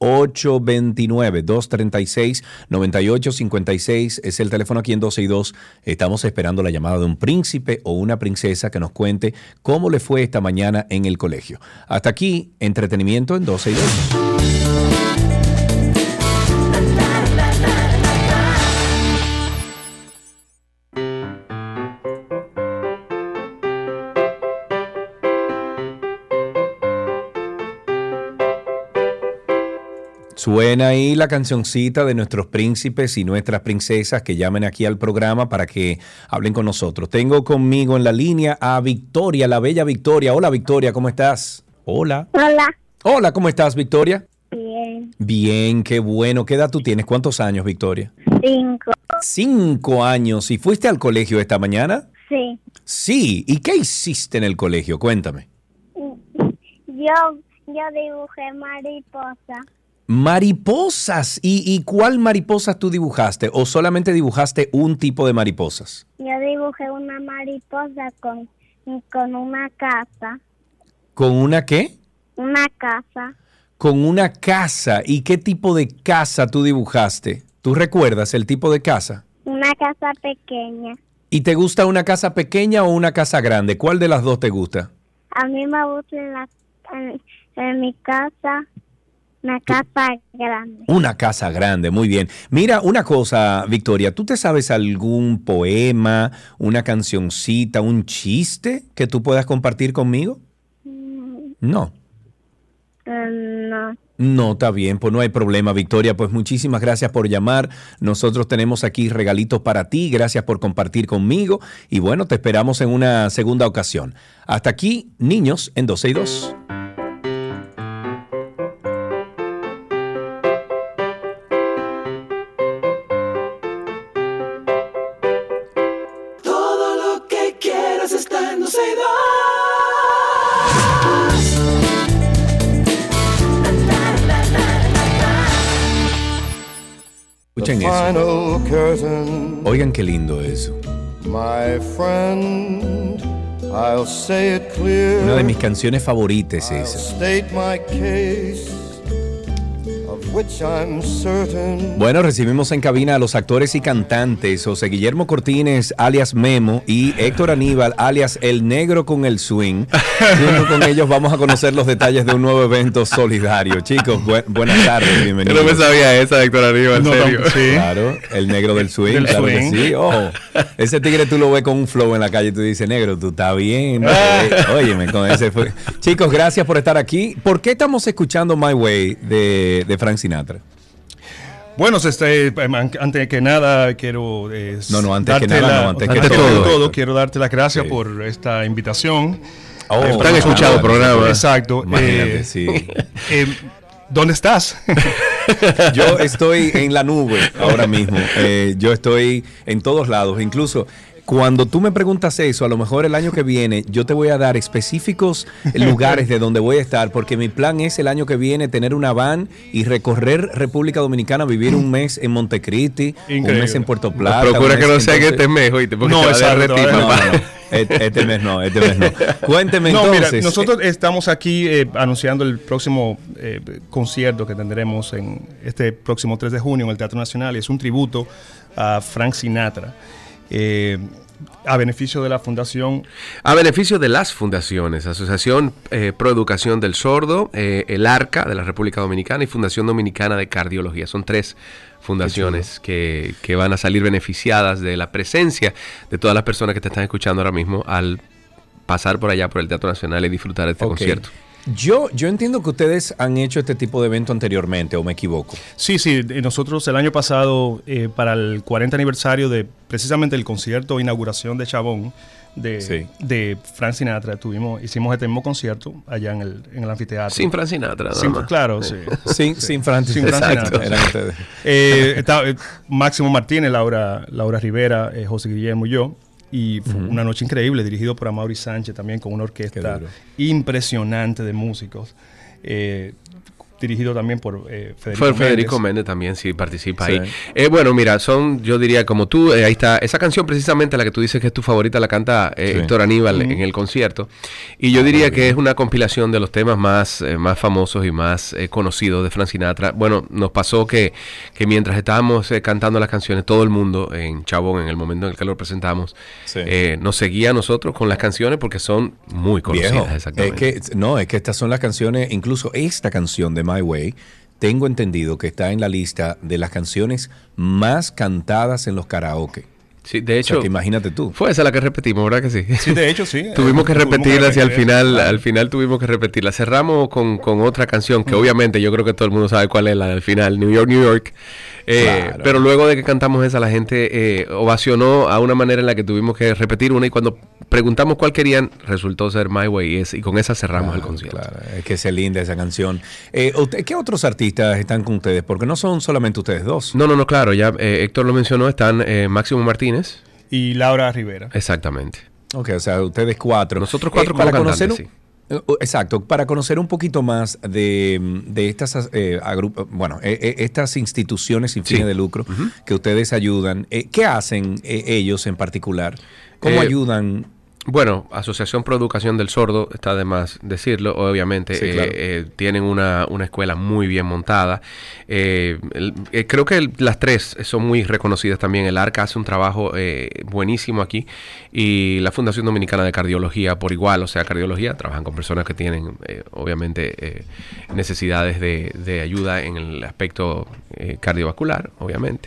829-236-9856 es el teléfono aquí en 12 y 2. Estamos esperando la llamada de un príncipe o una princesa que nos cuente cómo le fue esta mañana en el colegio. Hasta aquí, entretenimiento en 12 y 2. Suena ahí la cancioncita de nuestros príncipes y nuestras princesas que llamen aquí al programa para que hablen con nosotros. Tengo conmigo en la línea a Victoria, la bella Victoria. Hola Victoria, ¿cómo estás? Hola. Hola. Hola, ¿cómo estás Victoria? Bien. Bien, qué bueno. ¿Qué edad tú tienes? ¿Cuántos años, Victoria? 5. 5 años. ¿Y fuiste al colegio esta mañana? Sí. Sí. ¿Y qué hiciste en el colegio? Cuéntame. Yo dibujé mariposa. Mariposas. ¿Y cuál mariposas tú dibujaste? ¿O solamente dibujaste un tipo de mariposas? Yo dibujé una mariposa con una casa. ¿Con una qué? Una casa. Con una casa. ¿Y qué tipo de casa tú dibujaste? ¿Tú recuerdas el tipo de casa? Una casa pequeña. ¿Y te gusta una casa pequeña o una casa grande? ¿Cuál de las dos te gusta? A mí me gusta en mi casa una casa grande. Una casa grande, muy bien. Mira, una cosa, Victoria, ¿tú te sabes algún poema, una cancioncita, un chiste que tú puedas compartir conmigo? No. No. No, está bien, pues no hay problema, Victoria. Pues muchísimas gracias por llamar. Nosotros tenemos aquí regalitos para ti. Gracias por compartir conmigo. Y bueno, te esperamos en una segunda ocasión. Hasta aquí, niños, en 12 y 2. Todo lo que quieras está en 12 y 2. Escuchen eso. Oigan qué lindo eso. My friend, I'll say it clear. Una de mis canciones favoritas es esa. State my case, of which I'm certain. Bueno, recibimos en cabina a los actores y cantantes José Guillermo Cortines, alias Memo, y Héctor Aníbal, alias El Negro con el Swing. Junto con ellos vamos a conocer los detalles de un nuevo evento solidario. Chicos, buenas tardes, bienvenidos. Yo no me sabía esa, Héctor Aníbal, en serio. Sí. Claro, el negro del swing, Del claro swing. que sí. Oh, ese tigre tú lo ves con un flow en la calle y tú dices, negro, tú estás bien. ¿No? Óyeme, con ese fue. Chicos, gracias por estar aquí. ¿Por qué estamos escuchando My Way de Frank Sinatra? Bueno, antes que nada quiero antes que todo, quiero darte las gracias Sí. por esta invitación. Tan escuchado programa. Exacto. Imagínate, sí. ¿Dónde estás? Yo estoy en la nube ahora mismo. Yo estoy en todos lados. Incluso cuando tú me preguntas eso, a lo mejor el año que viene yo te voy a dar específicos lugares de donde voy a estar, porque mi plan es el año que viene tener una van y recorrer República Dominicana, vivir un mes en Montecristi, un mes en Puerto Plata. Procura que no sea que este mes, oíste, porque No, te va a derretir, papá. Este mes no. Cuénteme No, entonces. mira, nosotros estamos aquí anunciando el próximo concierto que tendremos en este próximo 3 de junio en el Teatro Nacional. Es un tributo a Frank Sinatra. A beneficio de la fundación. A beneficio de las fundaciones, Asociación Pro Educación del Sordo, el ARCA de la República Dominicana y Fundación Dominicana de Cardiología. Son 3 fundaciones que van a salir beneficiadas de la presencia de todas las personas que te están escuchando ahora mismo al pasar por allá por el Teatro Nacional y disfrutar de este concierto. Yo entiendo que ustedes han hecho este tipo de evento anteriormente, ¿o me equivoco? Sí, nosotros el año pasado, para el 40 aniversario de precisamente el concierto de inauguración de Chabón, de Frank Sinatra. Hicimos este mismo concierto allá en el anfiteatro. Sin Frank Sinatra, claro, sí. Sin Frank Sinatra. Eran ustedes. Estaba Máximo Martínez, Laura Rivera, José Guillermo y yo. Y fue una noche increíble, dirigido por Amaury Sánchez también, con una orquesta impresionante de músicos. Dirigido también por Federico Méndez también, sí, participa ahí. Bueno, mira, yo diría como tú, ahí está, esa canción precisamente, la que tú dices que es tu favorita, la canta Héctor Aníbal en el concierto, y yo diría que es una compilación de los temas más famosos y más conocidos de Frank Sinatra. Bueno, nos pasó que mientras estábamos cantando las canciones, todo el mundo en Chabón, en el momento en el que lo presentamos, nos seguía a nosotros con las canciones porque son muy conocidas. Viejo, exactamente. Es que estas son las canciones, incluso esta canción de My Way, tengo entendido que está en la lista de las canciones más cantadas en los karaoke. Sí, de hecho, o sea, que imagínate tú. Fue esa la que repetimos, ¿verdad que sí? Sí, de hecho, sí. Tuvimos que repetirla y al final tuvimos que repetirla. Cerramos con otra canción que obviamente yo creo que todo el mundo sabe cuál es, la del final, New York, New York. Claro. Pero luego de que cantamos esa, la gente ovacionó a una manera en la que tuvimos que repetir una, y cuando preguntamos cuál querían, resultó ser My Way, y con esa cerramos el concierto. Claro, es que es linda esa canción. ¿Qué otros artistas están con ustedes? Porque no son solamente ustedes dos. No, claro, ya Héctor lo mencionó, están Máximo Martínez y Laura Rivera. Exactamente. Ok, o sea, ustedes cuatro. Nosotros cuatro para como conocer cantantes, sí. Exacto, para conocer un poquito más de estas estas instituciones sin fines de lucro que ustedes ayudan, ¿qué hacen ellos en particular? ¿Cómo ayudan? Bueno, Asociación Pro Educación del Sordo, está de más decirlo, obviamente. Sí, claro. Tienen una escuela muy bien montada. Creo que las tres son muy reconocidas también. El ARCA hace un trabajo buenísimo aquí, y la Fundación Dominicana de Cardiología por igual. O sea, cardiología, trabajan con personas que tienen obviamente necesidades de ayuda en el aspecto cardiovascular, obviamente,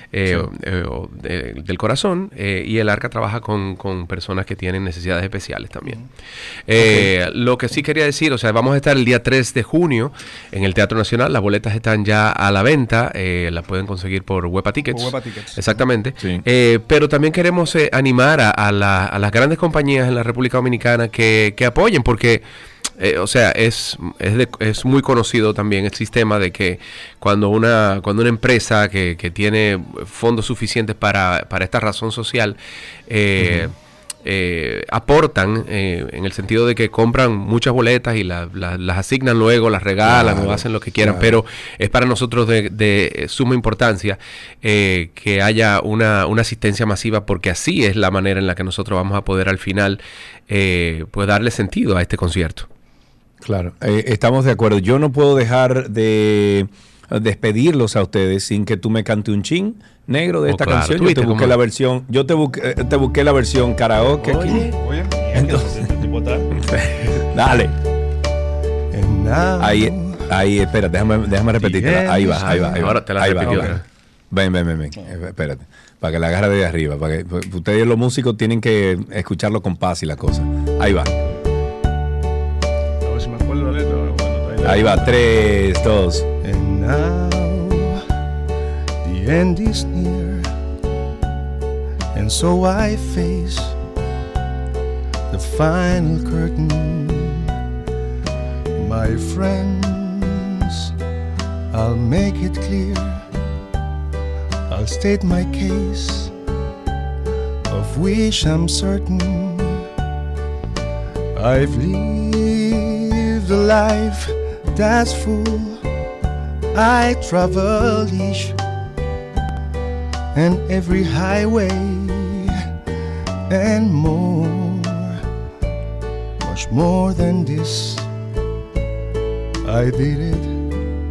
del corazón, y el ARCA trabaja con personas que tienen necesidades especiales también. Lo que sí quería decir, o sea, vamos a estar el día 3 de junio en el Teatro Nacional. Las boletas están ya a la venta, las pueden conseguir por Huepa Tickets. Exactamente. Sí. Pero también queremos animar a las grandes compañías en la República Dominicana que apoyen, porque o sea, es muy conocido también el sistema de que cuando una empresa que tiene fondos suficientes para esta razón social aportan, en el sentido de que compran muchas boletas y las asignan luego, las regalan, o hacen lo que quieran, pero es para nosotros de suma importancia que haya una asistencia masiva, porque así es la manera en la que nosotros vamos a poder al final pues darle sentido a este concierto. Claro, estamos de acuerdo. Yo no puedo dejar de despedirlos a ustedes sin que tú me cante un chin negro de esta canción. Yo te busqué la versión, te busqué la versión karaoke aquí. Oye, entonces, dale. Ahí, espérate, déjame repetirte. Ahí va. Ahora te la repitió. Okay. Ven. Espérate. Para que la agarre de arriba. Para que ustedes los músicos tienen que escucharlo con paz y la cosa. Ahí va. A ver si me acuerdo la letra. Ahí va, 3, 2. And now the end is near, and so I face the final curtain. My friends, I'll make it clear, I'll state my case, of which I'm certain. I've lived a life that's full. I travel each and every highway and more, much more than this. I did it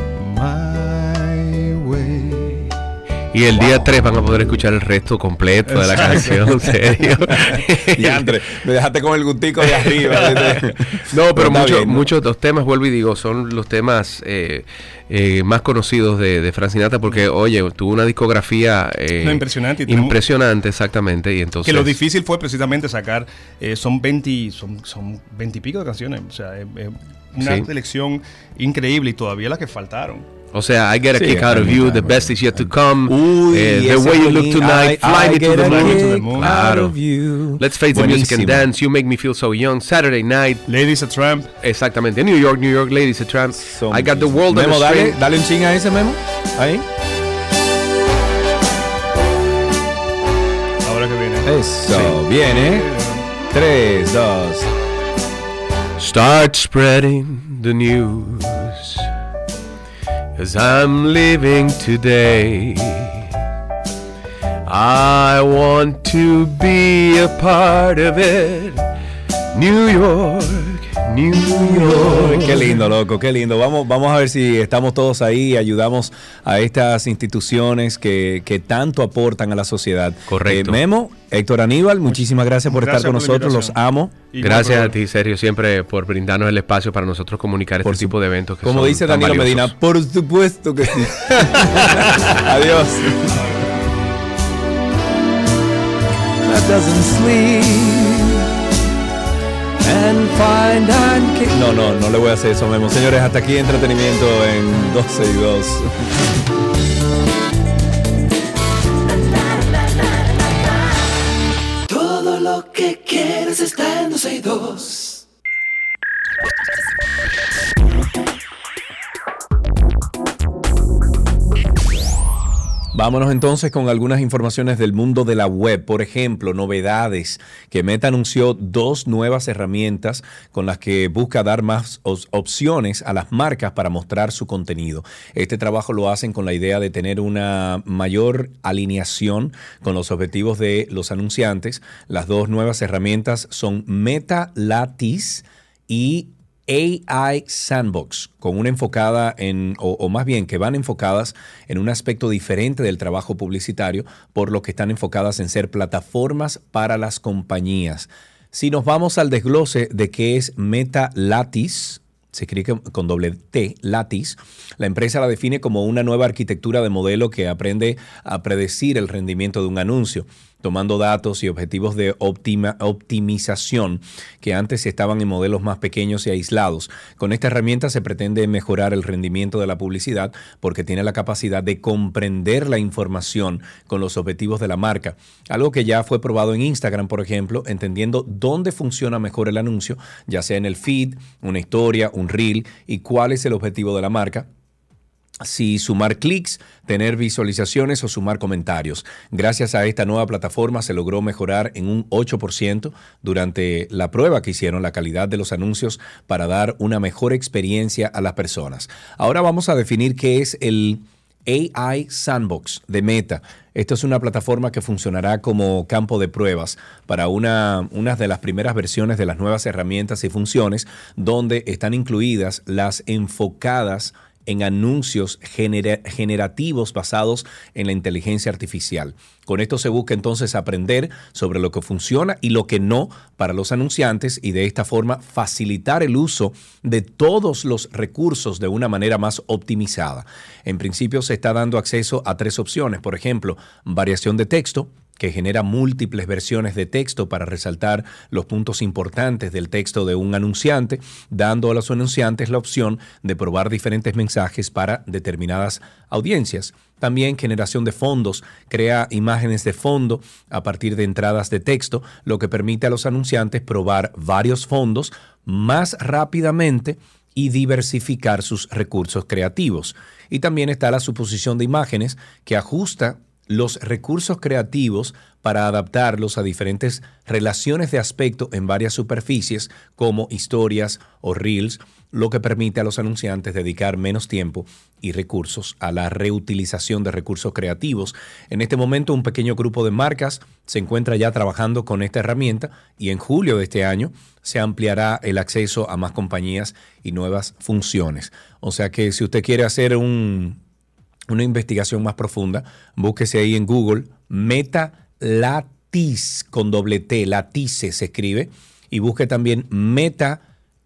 my way. Y el día 3 van a poder escuchar el resto completo de la canción, en serio. Y André, me dejaste con el gustico de arriba. No, pero muchos de los temas, vuelvo y digo, son los temas más conocidos de Frank Sinatra, porque, oye, tuvo una discografía impresionante, exactamente. Y entonces, que lo difícil fue precisamente sacar, son 20 y pico de canciones, o sea, una selección increíble, y todavía las que faltaron. O sea, I get a Sí, kick out of you, the best is yet to come, Uy, the ese way you look bonito. tonight, fly me to get the a moon. kick out Claro. of you. Let's face the music and Buenísimo. dance, you make me feel so young, Saturday night. Ladies a Tramp. Exactamente, New York, Ladies a Tramp. Son I got the world on Memo, the string. dale un ching a ese, Memo. Ahí. Ahora que viene. Eso, viene. 3, 2. Start spreading the news, as I'm living today. I want to be a part of it. New York, New York. Qué lindo, loco, qué lindo. Vamos a ver si estamos todos ahí y ayudamos a estas instituciones que tanto aportan a la sociedad. Correcto. Memo, Héctor Aníbal, muchísimas gracias por estar con nosotros. Los amo. Gracias a ti, Sergio, siempre por brindarnos el espacio para nosotros comunicar este tipo de eventos. Que Como son dice tan Danilo valiosos. Medina, por supuesto que sí. Adiós. That doesn't sleep. And find and kick. No le voy a hacer eso, Memo. Señores, hasta aquí entretenimiento en 12 y 2. Todo lo que quieres está en 12 y 2. Vámonos entonces con algunas informaciones del mundo de la web. Por ejemplo, novedades, que Meta anunció 2 nuevas herramientas con las que busca dar más opciones a las marcas para mostrar su contenido. Este trabajo lo hacen con la idea de tener una mayor alineación con los objetivos de los anunciantes. Las 2 nuevas herramientas son Meta Lattice y AI Sandbox, con una enfocada o más bien que van enfocadas en un aspecto diferente del trabajo publicitario, por lo que están enfocadas en ser plataformas para las compañías. Si nos vamos al desglose de qué es Meta Lattice, se escribe con doble T, Lattice, la empresa la define como una nueva arquitectura de modelo que aprende a predecir el rendimiento de un anuncio, tomando datos y objetivos de optimización que antes estaban en modelos más pequeños y aislados. Con esta herramienta se pretende mejorar el rendimiento de la publicidad porque tiene la capacidad de comprender la información con los objetivos de la marca, algo que ya fue probado en Instagram, por ejemplo, entendiendo dónde funciona mejor el anuncio, ya sea en el feed, una historia, un reel, y cuál es el objetivo de la marca. Si sumar clics, tener visualizaciones o sumar comentarios. Gracias a esta nueva plataforma se logró mejorar en un 8% durante la prueba que hicieron la calidad de los anuncios para dar una mejor experiencia a las personas. Ahora vamos a definir qué es el AI Sandbox de Meta. Esto es una plataforma que funcionará como campo de pruebas para una de las primeras versiones de las nuevas herramientas y funciones, donde están incluidas las enfocadas en anuncios generativos basados en la inteligencia artificial. Con esto se busca entonces aprender sobre lo que funciona y lo que no para los anunciantes, y de esta forma facilitar el uso de todos los recursos de una manera más optimizada. En principio se está dando acceso a 3 opciones. Por ejemplo, variación de texto, que genera múltiples versiones de texto para resaltar los puntos importantes del texto de un anunciante, dando a los anunciantes la opción de probar diferentes mensajes para determinadas audiencias. También generación de fondos, crea imágenes de fondo a partir de entradas de texto, lo que permite a los anunciantes probar varios fondos más rápidamente y diversificar sus recursos creativos. Y también está la suposición de imágenes, que ajusta los recursos creativos para adaptarlos a diferentes relaciones de aspecto en varias superficies como historias o reels, lo que permite a los anunciantes dedicar menos tiempo y recursos a la reutilización de recursos creativos. En este momento, un pequeño grupo de marcas se encuentra ya trabajando con esta herramienta, y en julio de este año se ampliará el acceso a más compañías y nuevas funciones. O sea que si usted quiere hacer una investigación más profunda, búsquese ahí en Google Meta Lattice con doble T, Lattice se escribe, y busque también Meta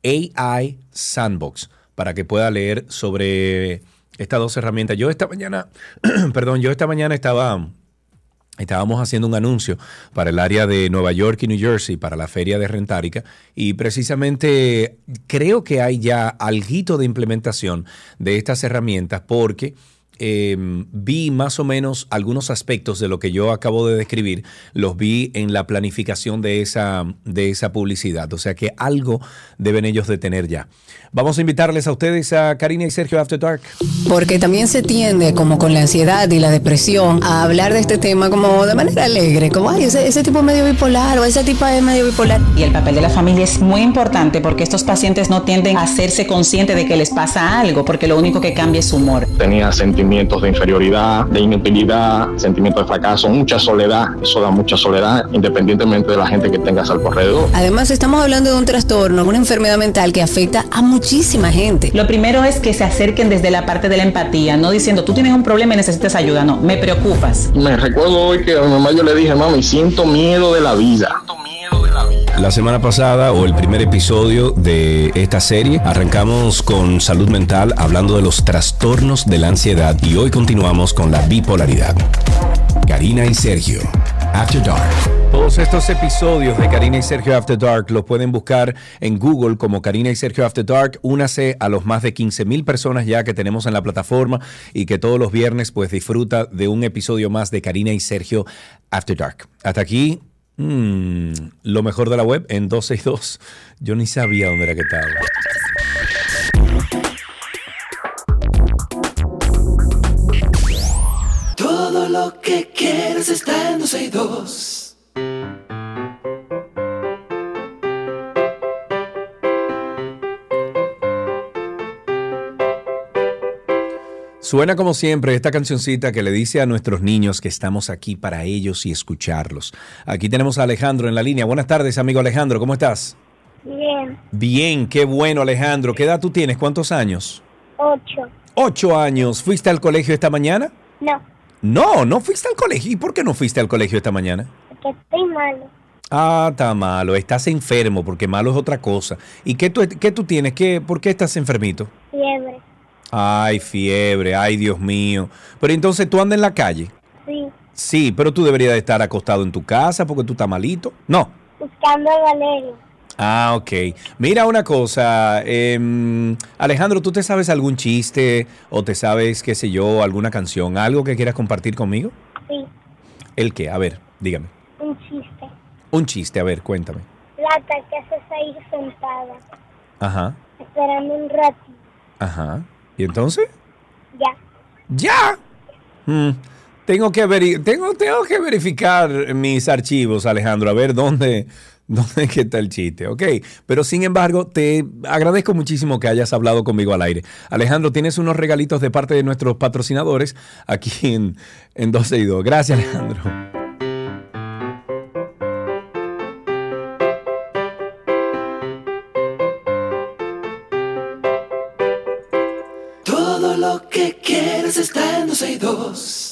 AI Sandbox para que pueda leer sobre estas 2 herramientas. Yo esta mañana estaba estábamos haciendo un anuncio para el área de Nueva York y New Jersey, para la feria de Rentárica, y precisamente creo que hay ya alguito de implementación de estas herramientas porque vi más o menos algunos aspectos de lo que yo acabo de describir, los vi en la planificación de esa publicidad, o sea que algo deben ellos de tener ya. Vamos a invitarles a ustedes a Karina y Sergio After Dark. Porque también se tiende, como con la ansiedad y la depresión, a hablar de este tema como de manera alegre, como ay, ese tipo es medio bipolar o esa tipa es medio bipolar. Y el papel de la familia es muy importante porque estos pacientes no tienden a hacerse conscientes de que les pasa algo, porque lo único que cambia es su humor. Tenía sentimientos de inferioridad, de inutilidad, sentimientos de fracaso, mucha soledad. Eso da mucha soledad, independientemente de la gente que tengas al alrededor. Además, estamos hablando de un trastorno, una enfermedad mental que afecta a muchísima gente. Lo primero es que se acerquen desde la parte de la empatía, no diciendo, tú tienes un problema y necesitas ayuda. No, me preocupas. Me recuerdo hoy que a mi mamá yo le dije, mami, siento miedo de la vida. La semana pasada, o el primer episodio de esta serie, arrancamos con salud mental hablando de los trastornos de la ansiedad y hoy continuamos con la bipolaridad. Karina y Sergio, After Dark. Todos estos episodios de Karina y Sergio After Dark los pueden buscar en Google como Karina y Sergio After Dark. Únase a los más de 15,000 personas ya que tenemos en la plataforma y que todos los viernes pues disfruta de un episodio más de Karina y Sergio After Dark. Hasta aquí. Lo mejor de la web en 262. Yo ni sabía dónde era que estaba. Todo lo que quieres está en 262. Suena como siempre esta cancioncita que le dice a nuestros niños que estamos aquí para ellos y escucharlos. Aquí tenemos a Alejandro en la línea. Buenas tardes, amigo Alejandro. ¿Cómo estás? Bien. Bien, qué bueno, Alejandro. ¿Qué edad tú tienes? ¿Cuántos años? 8. 8 años. ¿Fuiste al colegio esta mañana? No. No fuiste al colegio. ¿Y por qué no fuiste al colegio esta mañana? Porque estoy malo. Ah, está malo. Estás enfermo porque malo es otra cosa. ¿Y qué tú tienes? ¿Por qué estás enfermito? Fiebre. Ay, fiebre, ay, Dios mío. Pero entonces tú andas en la calle. Sí. Sí, pero tú deberías de estar acostado en tu casa porque tú estás malito. No. Buscando a Valerio. Ah, ok. Mira una cosa, Alejandro, ¿tú te sabes algún chiste o te sabes, qué sé yo, alguna canción, algo que quieras compartir conmigo? Sí. ¿El qué? A ver, dígame. Un chiste. Un chiste, a ver, cuéntame. Plata, ¿qué haces ahí sentada? Ajá. Esperando un ratito. Ajá. ¿Y entonces? Ya. ¡Ya! Tengo que verificar mis archivos, Alejandro, a ver dónde es que está el chiste, ¿ok? Pero sin embargo, te agradezco muchísimo que hayas hablado conmigo al aire. Alejandro, tienes unos regalitos de parte de nuestros patrocinadores aquí en 262. Gracias, Alejandro. Todo lo que quieres está en 262.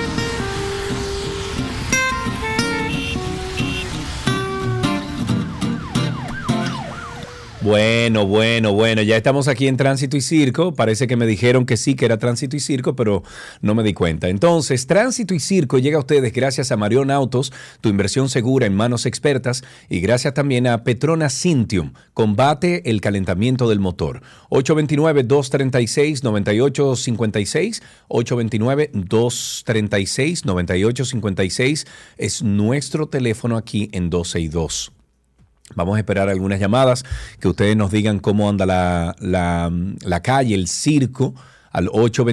Bueno, ya estamos aquí en Tránsito y Circo. Parece que me dijeron que sí, que era Tránsito y Circo, pero no me di cuenta. Entonces, Tránsito y Circo llega a ustedes gracias a Marion Autos, tu inversión segura en manos expertas, y gracias también a Petronas Cintium, combate el calentamiento del motor. 829-236-9856, 829-236-9856 es nuestro teléfono aquí en 262. Vamos a esperar algunas llamadas, que ustedes nos digan cómo anda la calle, el circo, al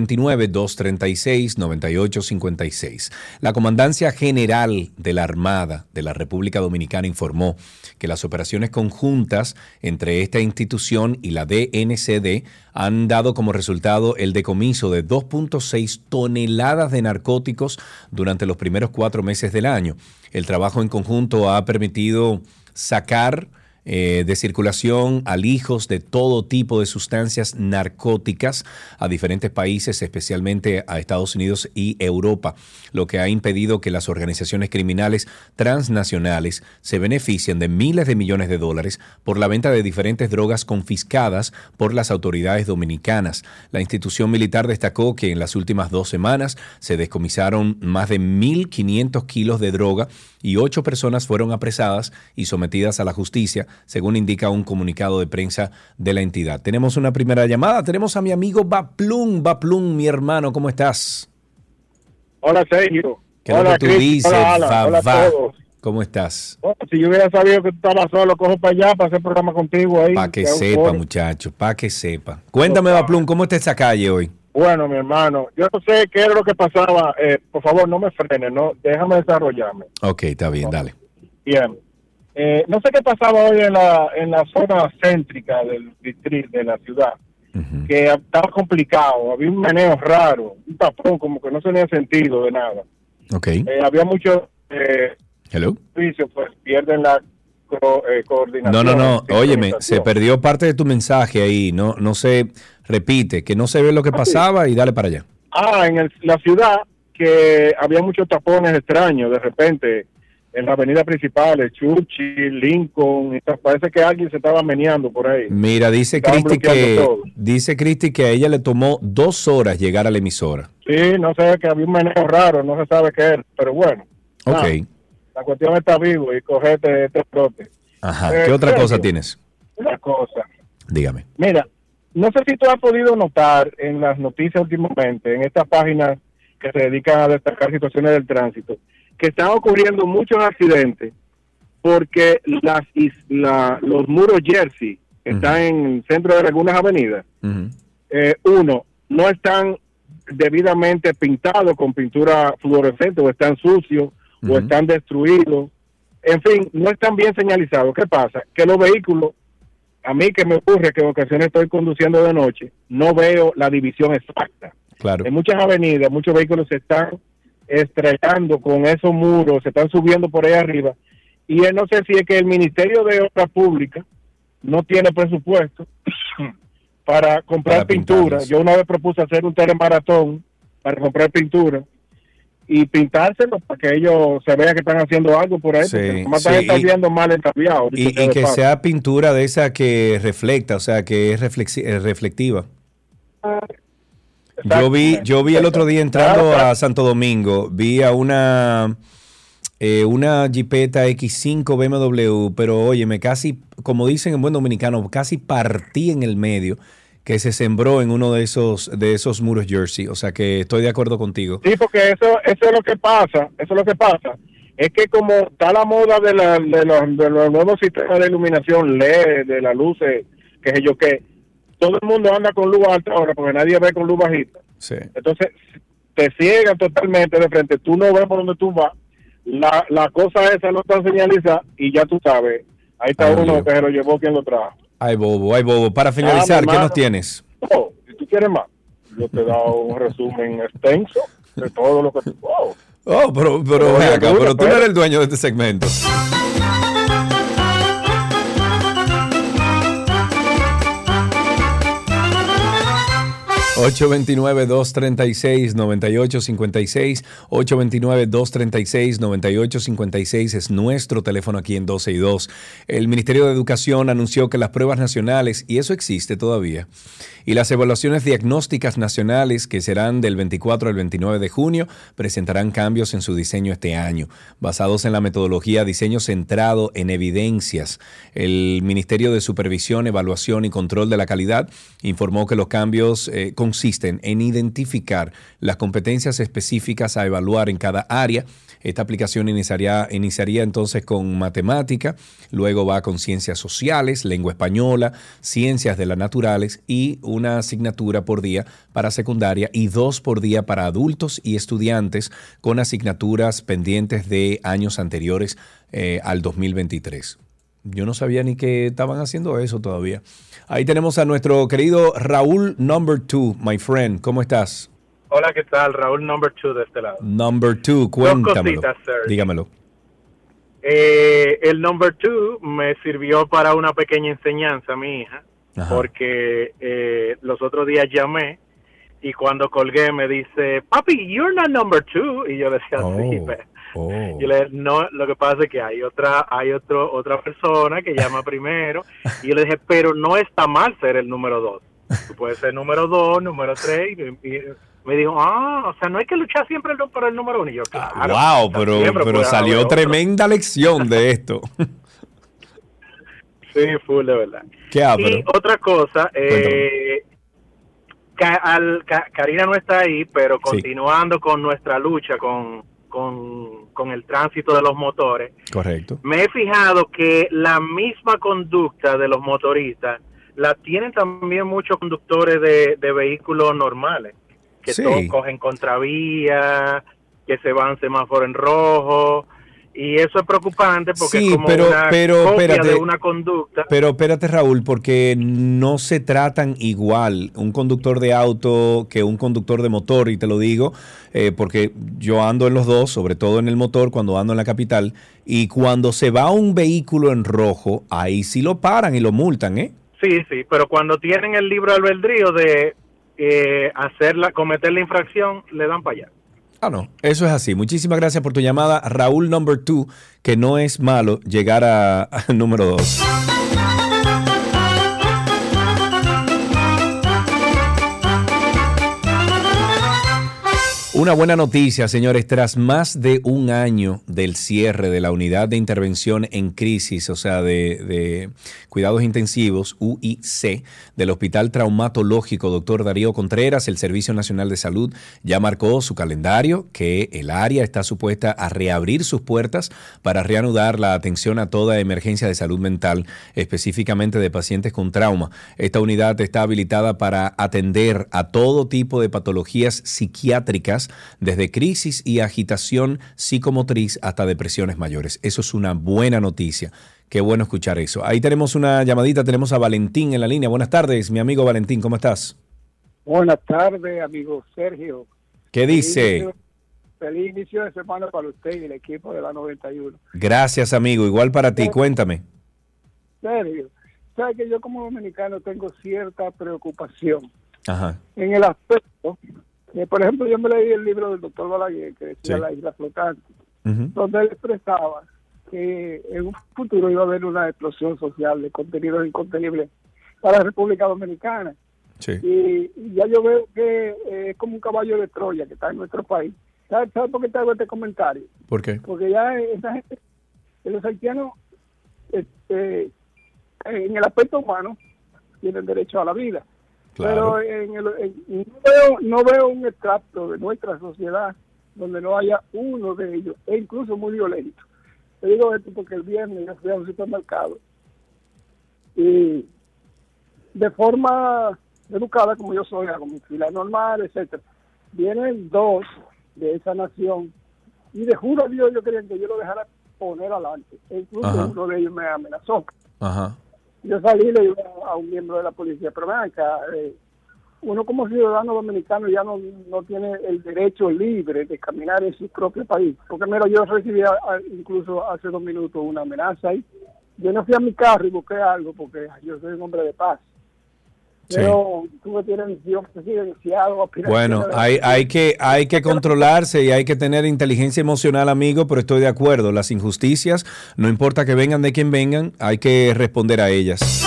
829-236-9856. La Comandancia General de la Armada de la República Dominicana informó que las operaciones conjuntas entre esta institución y la DNCD han dado como resultado el decomiso de 2.6 toneladas de narcóticos durante los primeros 4 meses del año. El trabajo en conjunto ha permitido sacar de circulación alijos de todo tipo de sustancias narcóticas a diferentes países, especialmente a Estados Unidos y Europa, lo que ha impedido que las organizaciones criminales transnacionales se beneficien de miles de millones de dólares por la venta de diferentes drogas confiscadas por las autoridades dominicanas. La institución militar destacó que en las últimas 2 semanas se descomisaron más de 1.500 kilos de droga y 8 personas fueron apresadas y sometidas a la justicia, según indica un comunicado de prensa de la entidad. Tenemos una primera llamada. Tenemos a mi amigo Baplum. Baplum, mi hermano, ¿cómo estás? Hola, Sergio. ¿Qué es lo que tú dices, hola a todos. ¿Cómo estás? Bueno, si yo hubiera sabido que tú estabas solo, cojo para allá para hacer programa contigo ahí. Para que sepa, muchacho, para que sepa. Cuéntame, Baplum, ¿cómo está esa calle hoy? Bueno, mi hermano, yo no sé qué era lo que pasaba. Por favor, no me frenes, no, déjame desarrollarme. Ok, está bien, dale. Bien. No sé qué pasaba hoy en la zona céntrica del distrito de la ciudad, que estaba complicado, había un meneo raro, un tapón como que no tenía sentido de nada. Ok. Había muchos Hello. servicios, pues pierden la coordinación. No, óyeme, se perdió parte de tu mensaje ahí, no se repite, que no se ve lo que pasaba y dale para allá. En la ciudad, que había muchos tapones extraños de repente en la avenida principal, Churchill, Lincoln, parece que alguien se estaba meneando por ahí. Mira, dice Cristi que a ella le tomó 2 horas llegar a la emisora. Sí, no sé, que había un meneo raro, no se sabe qué era, pero bueno. Ok. La cuestión está vivo y cogete este trote. Ajá, ¿qué otra cosa tienes? Una cosa. Dígame. Mira, no sé si tú has podido notar en las noticias últimamente, en estas páginas que se dedican a destacar situaciones del tránsito, que están ocurriendo muchos accidentes porque los muros Jersey que están en el centro de algunas avenidas, uno, no están debidamente pintados con pintura fluorescente, o están sucios, o están destruidos, en fin, no están bien señalizados. ¿Qué pasa? Que los vehículos, a mí que me ocurre que en ocasiones estoy conduciendo de noche, no veo la división exacta. Claro. En muchas avenidas, muchos vehículos se están estrellando con esos muros, se están subiendo por ahí arriba, y no sé si es que el Ministerio de Obras Públicas no tiene presupuesto para comprar pintura. Yo una vez propuse hacer un telemaratón para comprar pintura y pintárselo para que ellos se vean que están haciendo algo por ahí, porque están viendo mal entaviado. Y que sea pintura de esa que reflecta, o sea, que es reflectiva. Yo vi el otro día entrando a Santo Domingo, vi a una Jeepeta X5 BMW, pero óyeme, casi, como dicen en buen dominicano, casi partí en el medio, que se sembró en uno de esos muros Jersey. O sea que estoy de acuerdo contigo. Sí, porque eso es lo que pasa, es que como está la moda de los nuevos sistemas de iluminación LED, de las luces, qué sé yo qué, todo el mundo anda con luz alta ahora porque nadie ve con luz bajita. Sí. Entonces te ciegan totalmente de frente, tú no ves por donde tú vas, la cosa esa no está señalizada y ya tú sabes, ahí está uno que se lo llevó quien lo trajo. Ay, bobo. Para finalizar, ¿qué nos tienes? No, si tú quieres más, yo te he dado un resumen extenso de todo lo que tú... pero tú no eres el dueño de este segmento. $829-236-9856, 829-236-9856 es nuestro teléfono aquí en 12 y 2. El Ministerio de Educación anunció que las pruebas nacionales, y eso existe todavía, y las evaluaciones diagnósticas nacionales, que serán del 24 al 29 de junio, presentarán cambios en su diseño este año, basados en la metodología diseño centrado en evidencias. El Ministerio de Supervisión, Evaluación y Control de la Calidad informó que los cambios consisten en identificar las competencias específicas a evaluar en cada área. Esta aplicación iniciaría entonces con matemática, luego va con ciencias sociales, lengua española, ciencias de las naturales y una asignatura por día para secundaria y 2 por día para adultos y estudiantes con asignaturas pendientes de años anteriores al 2023. Yo no sabía ni que estaban haciendo eso todavía. Ahí tenemos a nuestro querido Raúl Number 2, my friend. ¿Cómo estás? Hola, ¿qué tal? Raúl Number 2 de este lado. Number 2, cuéntamelo. Dos cositas, sir. Dígamelo. El number 2 me sirvió para una pequeña enseñanza a mi hija, porque los otros días llamé y cuando colgué me dice, papi, you're not number 2, y yo le decía, sí, pero yo le dije, no, lo que pasa es que hay otra persona que llama primero, y yo le dije, pero no está mal ser el número 2, tú puedes ser número 2, número 3, y me dijo, o sea, no hay que luchar siempre por el número 1, y yo, claro. Wow, pero salió tremenda lección de esto. Sí, full, de verdad. Y otra cosa, Karina no está ahí, pero continuando con nuestra lucha con el tránsito de los motores. Correcto. Me he fijado que la misma conducta de los motoristas la tienen también muchos conductores de vehículos normales, que todos cogen contravía, que se van semáforo en rojo, y eso es preocupante porque es como una copia de una conducta. Pero espérate, Raúl, porque no se tratan igual un conductor de auto que un conductor de motor, y te lo digo porque yo ando en los dos, sobre todo en el motor cuando ando en la capital, y cuando se va un vehículo en rojo, ahí sí lo paran y lo multan, ¿eh? Sí, pero cuando tienen el libre albedrío de cometer la infracción, le dan para allá. No, eso es así. Muchísimas gracias por tu llamada, Raúl number 2, que no es malo llegar al número 2. Una buena noticia, señores, tras más de un año del cierre de la unidad de intervención en crisis, o sea, de cuidados intensivos, UIC, del Hospital Traumatológico Dr. Darío Contreras, el Servicio Nacional de Salud ya marcó su calendario, que el área está supuesta a reabrir sus puertas para reanudar la atención a toda emergencia de salud mental, específicamente de pacientes con trauma. Esta unidad está habilitada para atender a todo tipo de patologías psiquiátricas, desde crisis y agitación psicomotriz hasta depresiones mayores. Eso es una buena noticia. Qué bueno escuchar eso. Ahí tenemos una llamadita, tenemos a Valentín en la línea. Buenas tardes, mi amigo Valentín, ¿cómo estás? Buenas tardes, amigo Sergio. ¿Qué dice? Feliz inicio de semana para usted y el equipo de la 91. Gracias, amigo. Igual para ti. Cuéntame. Sergio, sabes que yo como dominicano tengo cierta preocupación en el aspecto. Por ejemplo, yo me leí el libro del doctor Balaguer, que decía La Isla Flotante, donde él expresaba que en un futuro iba a haber una explosión social de contenidos incontenibles para la República Dominicana. Y ya yo veo que es como un caballo de Troya que está en nuestro país. ¿Sabes por qué te hago este comentario? ¿Por qué? Porque ya esa gente, los haitianos, en el aspecto humano, tienen derecho a la vida. Claro. Pero no veo un extracto de nuestra sociedad donde no haya uno de ellos, e incluso muy violento. Te digo esto porque el viernes yo fui a un supermercado y de forma educada, como yo soy, hago mi fila normal, etcétera. Vienen dos de esa nación y de juro a Dios yo quería que yo lo dejara poner adelante. E incluso uno de ellos me amenazó. Yo salí y le digo a un miembro de la policía, pero ven acá, uno como ciudadano dominicano ya no tiene el derecho libre de caminar en su propio país. Porque mira, yo recibí incluso hace 2 minutos una amenaza ahí. Yo no fui a mi carro y busqué algo porque yo soy un hombre de paz. Pero tú me tienes visión presidencial. Bueno, hay que controlarse y hay que tener inteligencia emocional, amigo, pero estoy de acuerdo. Las injusticias, no importa que vengan de quien vengan, hay que responder a ellas.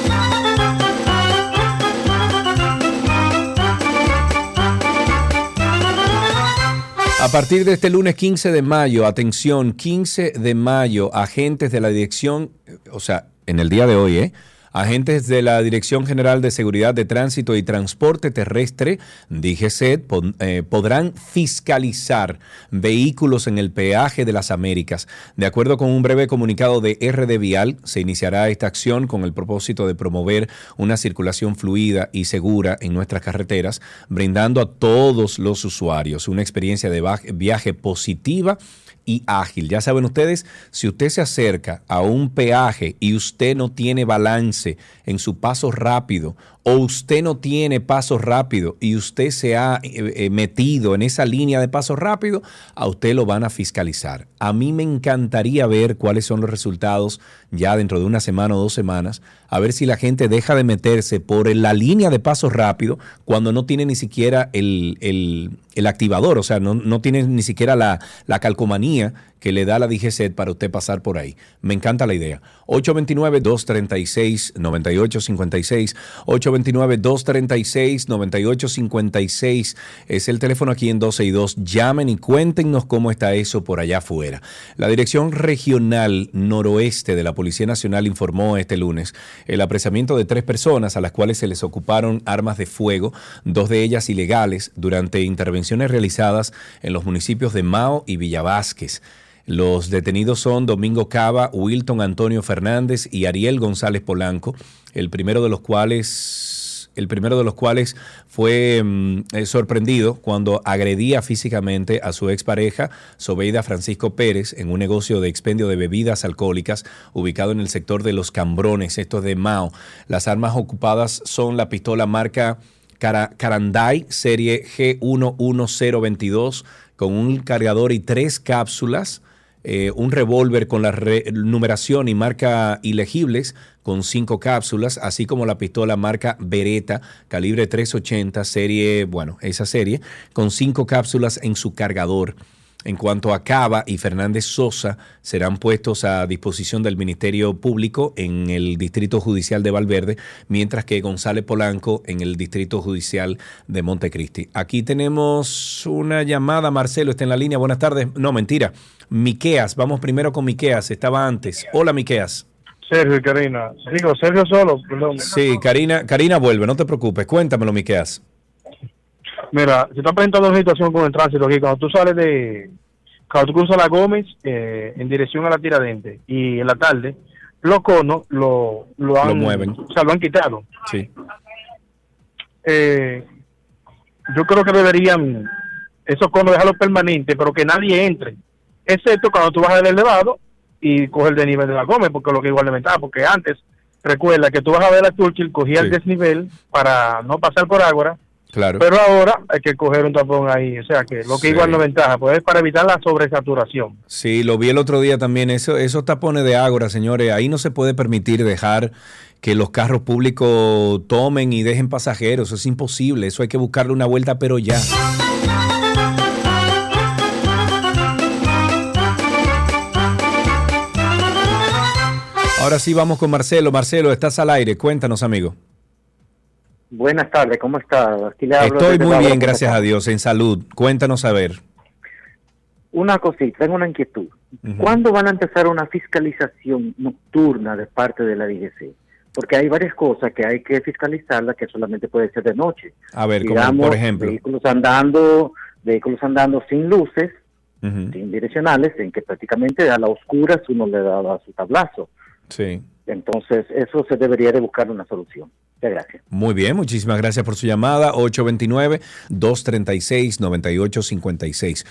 A partir de este lunes 15 de mayo, atención, 15 de mayo, agentes de la dirección, o sea, en el día de hoy, agentes de la Dirección General de Seguridad de Tránsito y Transporte Terrestre, DGCET, podrán fiscalizar vehículos en el peaje de las Américas. De acuerdo con un breve comunicado de RD Vial, se iniciará esta acción con el propósito de promover una circulación fluida y segura en nuestras carreteras, brindando a todos los usuarios una experiencia de viaje positiva y ágil. Ya saben ustedes, si usted se acerca a un peaje y usted no tiene balance en su paso rápido, o usted no tiene paso rápido y usted se ha metido en esa línea de paso rápido, a usted lo van a fiscalizar. A mí me encantaría ver cuáles son los resultados ya dentro de una semana o 2 semanas, a ver si la gente deja de meterse por la línea de paso rápido cuando no tiene ni siquiera el activador, o sea, no tiene ni siquiera la calcomanía que le da la DGCET para usted pasar por ahí. Me encanta la idea. 829-236-9856, 829-236-9856 es el teléfono aquí en 12 y 2. Llamen y cuéntenos cómo está eso por allá afuera. La Dirección Regional Noroeste de la Policía Nacional informó este lunes el apresamiento de 3 personas a las cuales se les ocuparon armas de fuego, 2 de ellas ilegales, durante intervenciones realizadas en los municipios de Mao y Villa Vázquez. Los detenidos son Domingo Cava, Wilton Antonio Fernández y Ariel González Polanco, el primero de los cuales fue sorprendido cuando agredía físicamente a su expareja, Sobeida Francisco Pérez, en un negocio de expendio de bebidas alcohólicas ubicado en el sector de Los Cambrones, esto es de Mao. Las armas ocupadas son la pistola marca Caranday, serie G11022, con un cargador y 3 cápsulas, un revólver con la numeración y marca ilegibles con 5 cápsulas, así como la pistola marca Beretta, calibre 380, esa serie, con 5 cápsulas en su cargador. En cuanto a Cava y Fernández Sosa, serán puestos a disposición del Ministerio Público en el Distrito Judicial de Valverde, mientras que González Polanco en el Distrito Judicial de Montecristi. Aquí tenemos una llamada. Marcelo está en la línea. Buenas tardes. No, mentira. Miqueas. Vamos primero con Miqueas. Estaba antes. Hola, Miqueas. Sergio y Karina. Digo, Sergio solo, perdón. Sí, Karina vuelve. No te preocupes. Cuéntamelo, Miqueas. Mira, se está presentando una situación con el tránsito aquí. Cuando tú cruzas la Gómez en dirección a la Tiradentes y en la tarde, los conos lo mueven. O sea, lo han quitado. Sí. Yo creo que deberían esos conos dejarlos permanentes, pero que nadie entre, excepto cuando tú vas del elevado y coges el desnivel de la Gómez, porque lo que igual de ventaja, porque antes, recuerda que tú vas a ver a Churchill, cogía el desnivel para no pasar por Ágora. Claro. Pero ahora hay que coger un tapón ahí, o sea que lo que igual no ventaja, pues es para evitar la sobresaturación. Sí, lo vi el otro día también, esos tapones de Ágora, señores, ahí no se puede permitir dejar que los carros públicos tomen y dejen pasajeros, eso es imposible, eso hay que buscarle una vuelta, pero ya. Ahora sí vamos con Marcelo. Marcelo, estás al aire, cuéntanos, amigo. Buenas tardes, ¿cómo estás? Estoy muy bien, gracias a Dios, en salud. Cuéntanos a ver. Una cosita, tengo una inquietud. ¿Cuándo van a empezar una fiscalización nocturna de parte de la DGC? Porque hay varias cosas que hay que fiscalizarlas que solamente puede ser de noche. A ver, digamos, como por ejemplo. Vehículos andando sin luces, sin direccionales, en que prácticamente a la oscura uno le da su tablazo. Sí. Entonces, eso se debería de buscar una solución. Gracias. Muy bien, muchísimas gracias por su llamada. 829-236-9856.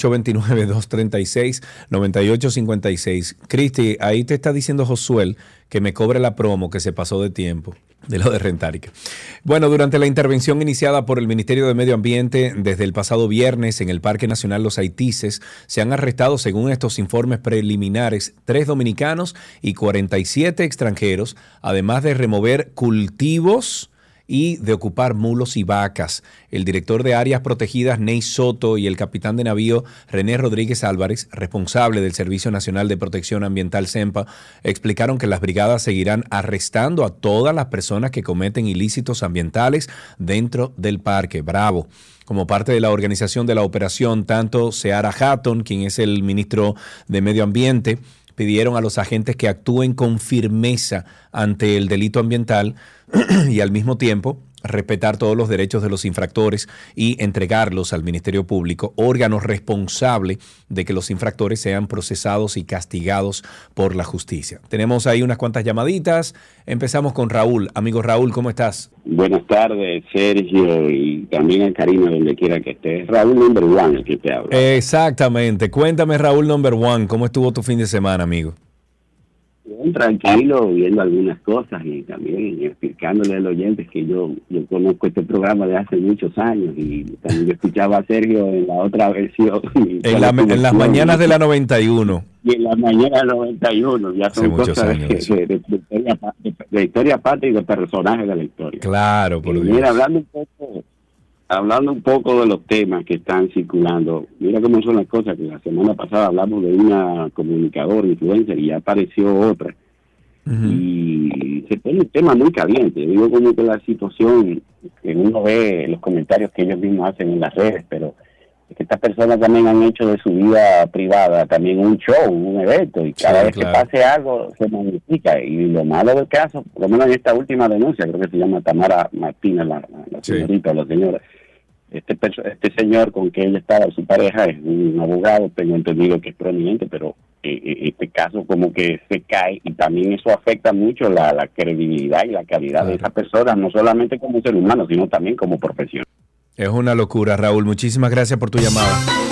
829-236-9856. Cristi, ahí te está diciendo Josuel que me cobre la promo que se pasó de tiempo de lo de Rentárica. Bueno, durante la intervención iniciada por el Ministerio de Medio Ambiente desde el pasado viernes en el Parque Nacional Los Haitises, se han arrestado, según estos informes preliminares, 3 dominicanos y 47 extranjeros, además de remover cultivos y de ocupar mulos y vacas. El director de Áreas Protegidas, Ney Soto, y el capitán de navío, René Rodríguez Álvarez, responsable del Servicio Nacional de Protección Ambiental, SEMPA, explicaron que las brigadas seguirán arrestando a todas las personas que cometen ilícitos ambientales dentro del parque. Bravo. Como parte de la organización de la operación, tanto Seara Hatton, quien es el ministro de Medio Ambiente, pidieron a los agentes que actúen con firmeza ante el delito ambiental y al mismo tiempo respetar todos los derechos de los infractores y entregarlos al Ministerio Público, órgano responsable de que los infractores sean procesados y castigados por la justicia. Tenemos ahí unas cuantas llamaditas. Empezamos con Raúl. Amigo Raúl, ¿cómo estás? Buenas tardes, Sergio, y también a Karina, donde quiera que estés. Raúl Number One, el que te habla. Exactamente. Cuéntame, Raúl Number One, ¿cómo estuvo tu fin de semana, amigo? Bien, tranquilo, viendo algunas cosas y también explicándole al oyente que yo conozco este programa de hace muchos años y también escuchaba a Sergio en la otra versión. En las mañanas de la 91. Y en las mañanas del 91, ya son cosas de historia patria y de personajes de la historia. Claro, por Dios. Mira, hablando un poco de los temas que están circulando, mira cómo son las cosas, que la semana pasada hablamos de una comunicadora, influencer, y ya apareció otra. Y se pone un tema muy caliente. Yo digo como que la situación, que uno ve los comentarios que ellos mismos hacen en las redes, pero es que estas personas también han hecho de su vida privada también un show, un evento, y cada vez que pase algo se magnifica. Y lo malo del caso, por lo menos en esta última denuncia, creo que se llama Tamara Martínez, la señorita o la señora, este señor con que ella estaba, su pareja, es un abogado, tengo entendido que es prominente, pero este caso como que se cae, y también eso afecta mucho la credibilidad y la calidad de esa persona, no solamente como ser humano, sino también como profesional. Es una locura, Raúl. Muchísimas gracias por tu llamada.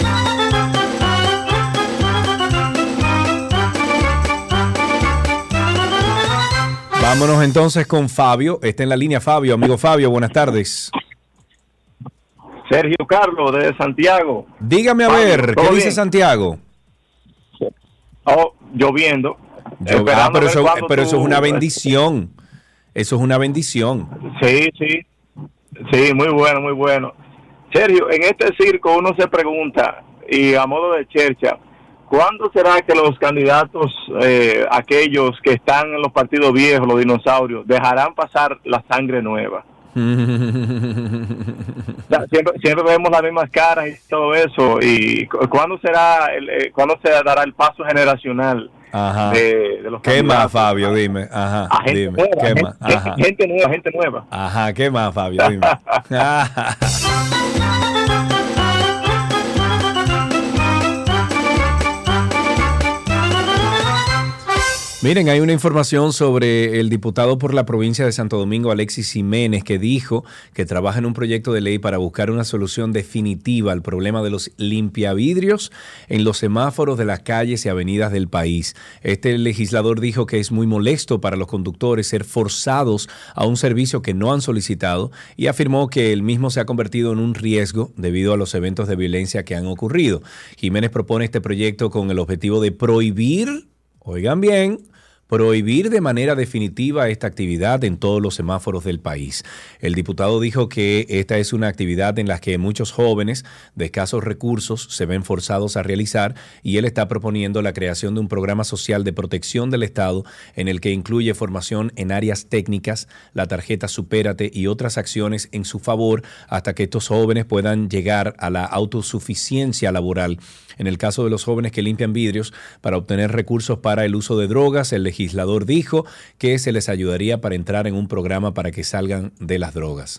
Vámonos entonces con Fabio. Está en la línea Fabio. Amigo Fabio, buenas tardes. Sergio Carlos, de Santiago. Dígame a ver, ¿qué dice Santiago? Lloviendo. Pero eso es una bendición. Eso es una bendición. Sí, muy bueno, muy bueno. Sergio, en este circo uno se pregunta, y a modo de chercha, ¿cuándo será que los candidatos, aquellos que están en los partidos viejos, los dinosaurios, dejarán pasar la sangre nueva? Siempre vemos las mismas caras y todo eso. ¿Y cuándo se dará el paso generacional de los ¿Qué candidatos? más, Fabio? Dime. Dime. ¿Qué más? Gente nueva. Ajá, ¿qué más, Fabio? Dime. Miren, hay una información sobre el diputado por la provincia de Santo Domingo, Alexis Jiménez, que dijo que trabaja en un proyecto de ley para buscar una solución definitiva al problema de los limpiavidrios en los semáforos de las calles y avenidas del país. Este legislador dijo que es muy molesto para los conductores ser forzados a un servicio que no han solicitado y afirmó que el mismo se ha convertido en un riesgo debido a los eventos de violencia que han ocurrido. Jiménez propone este proyecto con el objetivo de prohibir, oigan bien, prohibir de manera definitiva esta actividad en todos los semáforos del país. El diputado dijo que esta es una actividad en la que muchos jóvenes de escasos recursos se ven forzados a realizar y él está proponiendo la creación de un programa social de protección del Estado en el que incluye formación en áreas técnicas, la tarjeta Supérate y otras acciones en su favor hasta que estos jóvenes puedan llegar a la autosuficiencia laboral. En el caso de los jóvenes que limpian vidrios para obtener recursos para el uso de drogas, el legislador dijo que se les ayudaría para entrar en un programa para que salgan de las drogas.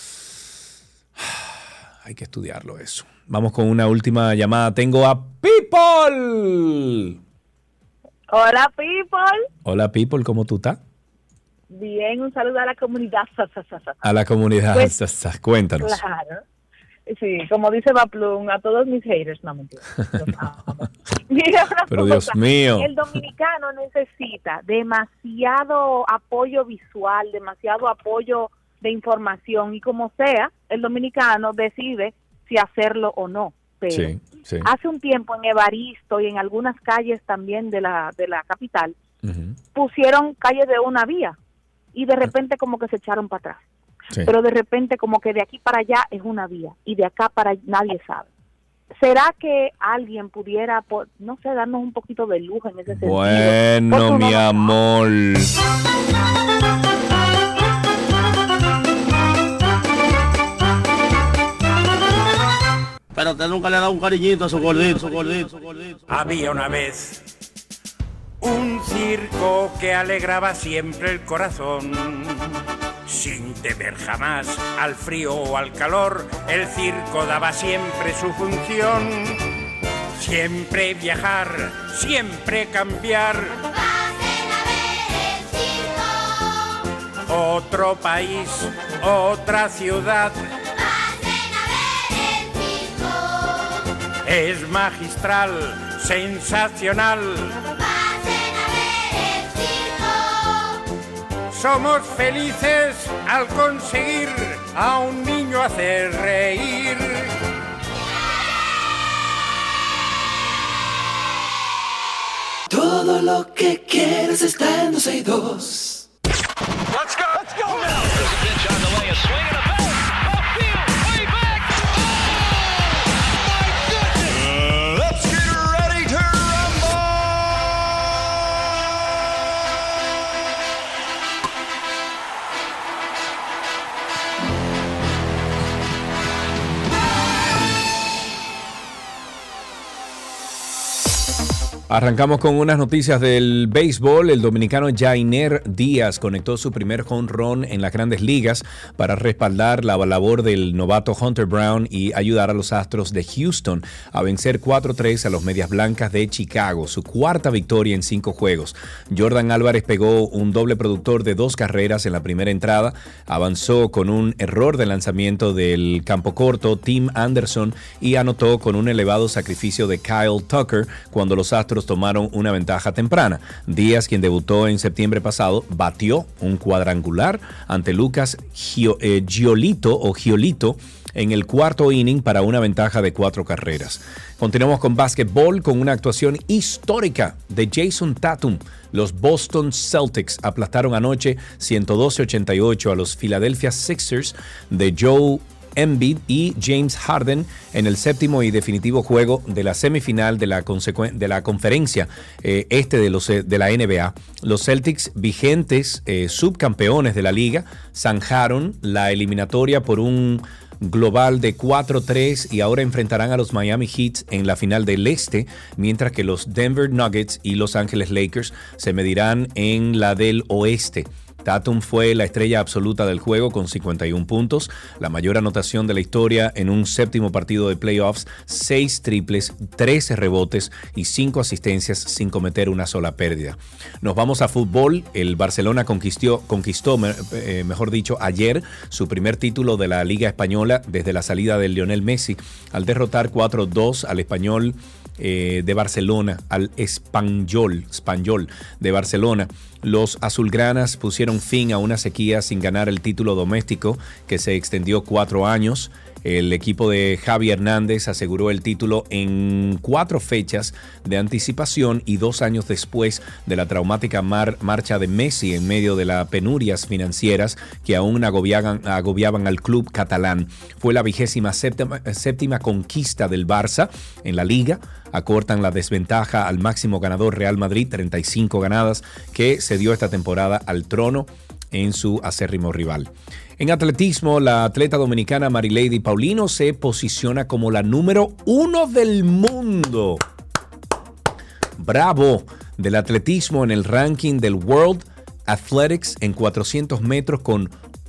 Hay que estudiarlo eso. Vamos con una última llamada. Tengo a People. Hola, People. Hola, People. ¿Cómo tú estás? Bien, un saludo a la comunidad. A la comunidad. Pues, cuéntanos. Claro. Sí, como dice Baplum, a todos mis haters, no mentira. Mira una Pero cosa, Dios mío. el dominicano necesita demasiado apoyo visual, demasiado apoyo de información y como sea, el dominicano decide si hacerlo o no. Pero sí. Hace un tiempo en Evaristo y en algunas calles también de la capital, pusieron calles de una vía y de repente como que se echaron para atrás. Sí. Pero de repente como que de aquí para allá es una vía y de acá para nadie sabe. ¿Será que alguien pudiera, no sé, darnos un poquito de lujo en ese sentido? Bueno, mi amor. Pero usted nunca le ha dado un cariñito a su gordito, Había una vez un circo que alegraba siempre el corazón. Sin temer jamás al frío o al calor, el circo daba siempre su función. Siempre viajar, siempre cambiar. Pasen a ver el circo. Otro país, otra ciudad. Pasen a ver el circo. Es magistral, sensacional. Pasen a ver el circo. somos felices al conseguir a un niño hacer reír. Todo lo que quieres está en 12 y 2. Let's go now. There's a pitch on the way, a swing and a bounce. Upfield, way back. Oh, my goodness. Let's get ready to rumble. Arrancamos con unas noticias del béisbol. El dominicano Yainer Díaz conectó su primer home run en las Grandes Ligas para respaldar la labor del novato Hunter Brown y ayudar a los Astros de Houston a vencer 4-3 a los Medias Blancas de Chicago, su cuarta victoria en 5 juegos. Jordan Álvarez pegó un doble productor de 2 carreras en la primera entrada, avanzó con un error de lanzamiento del campo corto Tim Anderson y anotó con un elevado sacrificio de Kyle Tucker cuando los Astros tomaron una ventaja temprana. Díaz, quien debutó en septiembre pasado, batió un cuadrangular ante Lucas Giolito en el cuarto inning para una ventaja de 4 carreras. Continuamos con básquetbol con una actuación histórica de Jason Tatum. Los Boston Celtics aplastaron anoche 112-88 a los Philadelphia Sixers de Joe Embiid y James Harden en el séptimo y definitivo juego de la semifinal de la conferencia de la NBA. Los Celtics, vigentes subcampeones de la liga, zanjaron la eliminatoria por un global de 4-3 y ahora enfrentarán a los Miami Heat en la final del este, mientras que los Denver Nuggets y Los Ángeles Lakers se medirán en la del oeste. Tatum fue la estrella absoluta del juego con 51 puntos, la mayor anotación de la historia en un séptimo partido de playoffs, 6 triples, 13 rebotes y 5 asistencias sin cometer una sola pérdida. Nos vamos a fútbol. El Barcelona conquistó, ayer su primer título de la Liga Española desde la salida de Lionel Messi al derrotar 4-2 al Español de Barcelona, al Espanyol de Barcelona. Los azulgranas pusieron fin a una sequía sin ganar el título doméstico que se extendió 4 años. El equipo de Javi Hernández aseguró el título en 4 fechas de anticipación y 2 años después de la traumática marcha de Messi en medio de las penurias financieras que aún agobiaban al club catalán. Fue la 27ª conquista del Barça en la Liga. Acortan la desventaja al máximo ganador Real Madrid, 35 ganadas, que cedió esta temporada al trono en su acérrimo rival. En atletismo, la atleta dominicana Marilady Paulino se posiciona como la número 1 del mundo. Bravo del atletismo en el ranking del World Athletics en 400 metros con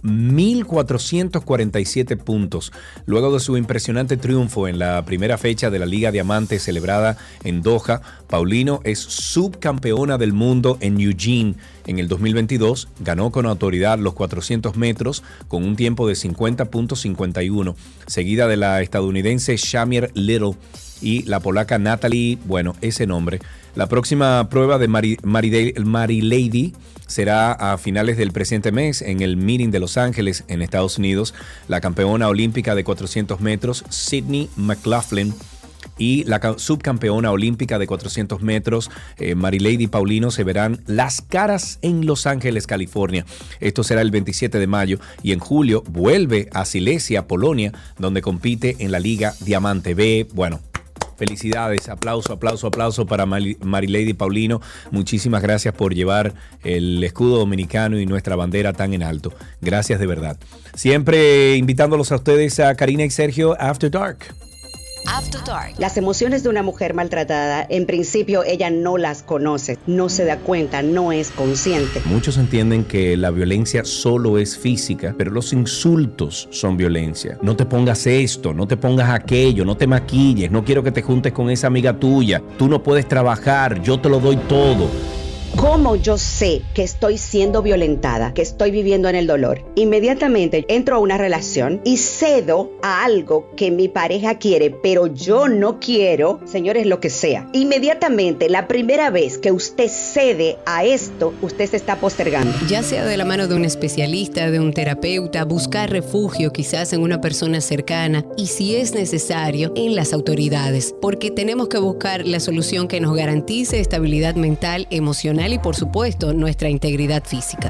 1.447 puntos. Luego de su impresionante triunfo en la primera fecha de la Liga Diamante celebrada en Doha, Paulino es subcampeona del mundo en Eugene. En el 2022 ganó con autoridad los 400 metros con un tiempo de 50.51, seguida de la estadounidense Shamir Little y la polaca Natalie, ese nombre. La próxima prueba de Marilady será a finales del presente mes en el Meeting de Los Ángeles, en Estados Unidos. La campeona olímpica de 400 metros, Sydney McLaughlin, y la subcampeona olímpica de 400 metros, Marilady Paulino, se verán las caras en Los Ángeles, California. Esto será el 27 de mayo y en julio vuelve a Silesia, Polonia, donde compite en la Liga Diamante B. Felicidades, aplauso para Marilady Paulino. Muchísimas gracias por llevar el escudo dominicano y nuestra bandera tan en alto. Gracias de verdad. Siempre invitándolos a ustedes a Karina y Sergio After Dark. After Dark. Las emociones de una mujer maltratada, en principio ella no las conoce, no se da cuenta, no es consciente. Muchos entienden que la violencia solo es física, pero los insultos son violencia. No te pongas esto, no te pongas aquello, no te maquilles, no quiero que te juntes con esa amiga tuya, tú no puedes trabajar, yo te lo doy todo. ¿Cómo yo sé que estoy siendo violentada, que estoy viviendo en el dolor? Inmediatamente entro a una relación y cedo a algo que mi pareja quiere, pero yo no quiero, señores, lo que sea. Inmediatamente, la primera vez que usted cede a esto, usted se está postergando. Ya sea de la mano de un especialista, de un terapeuta, buscar refugio quizás en una persona cercana y, si es necesario, en las autoridades, porque tenemos que buscar la solución que nos garantice estabilidad mental, emocional y, por supuesto, nuestra integridad física.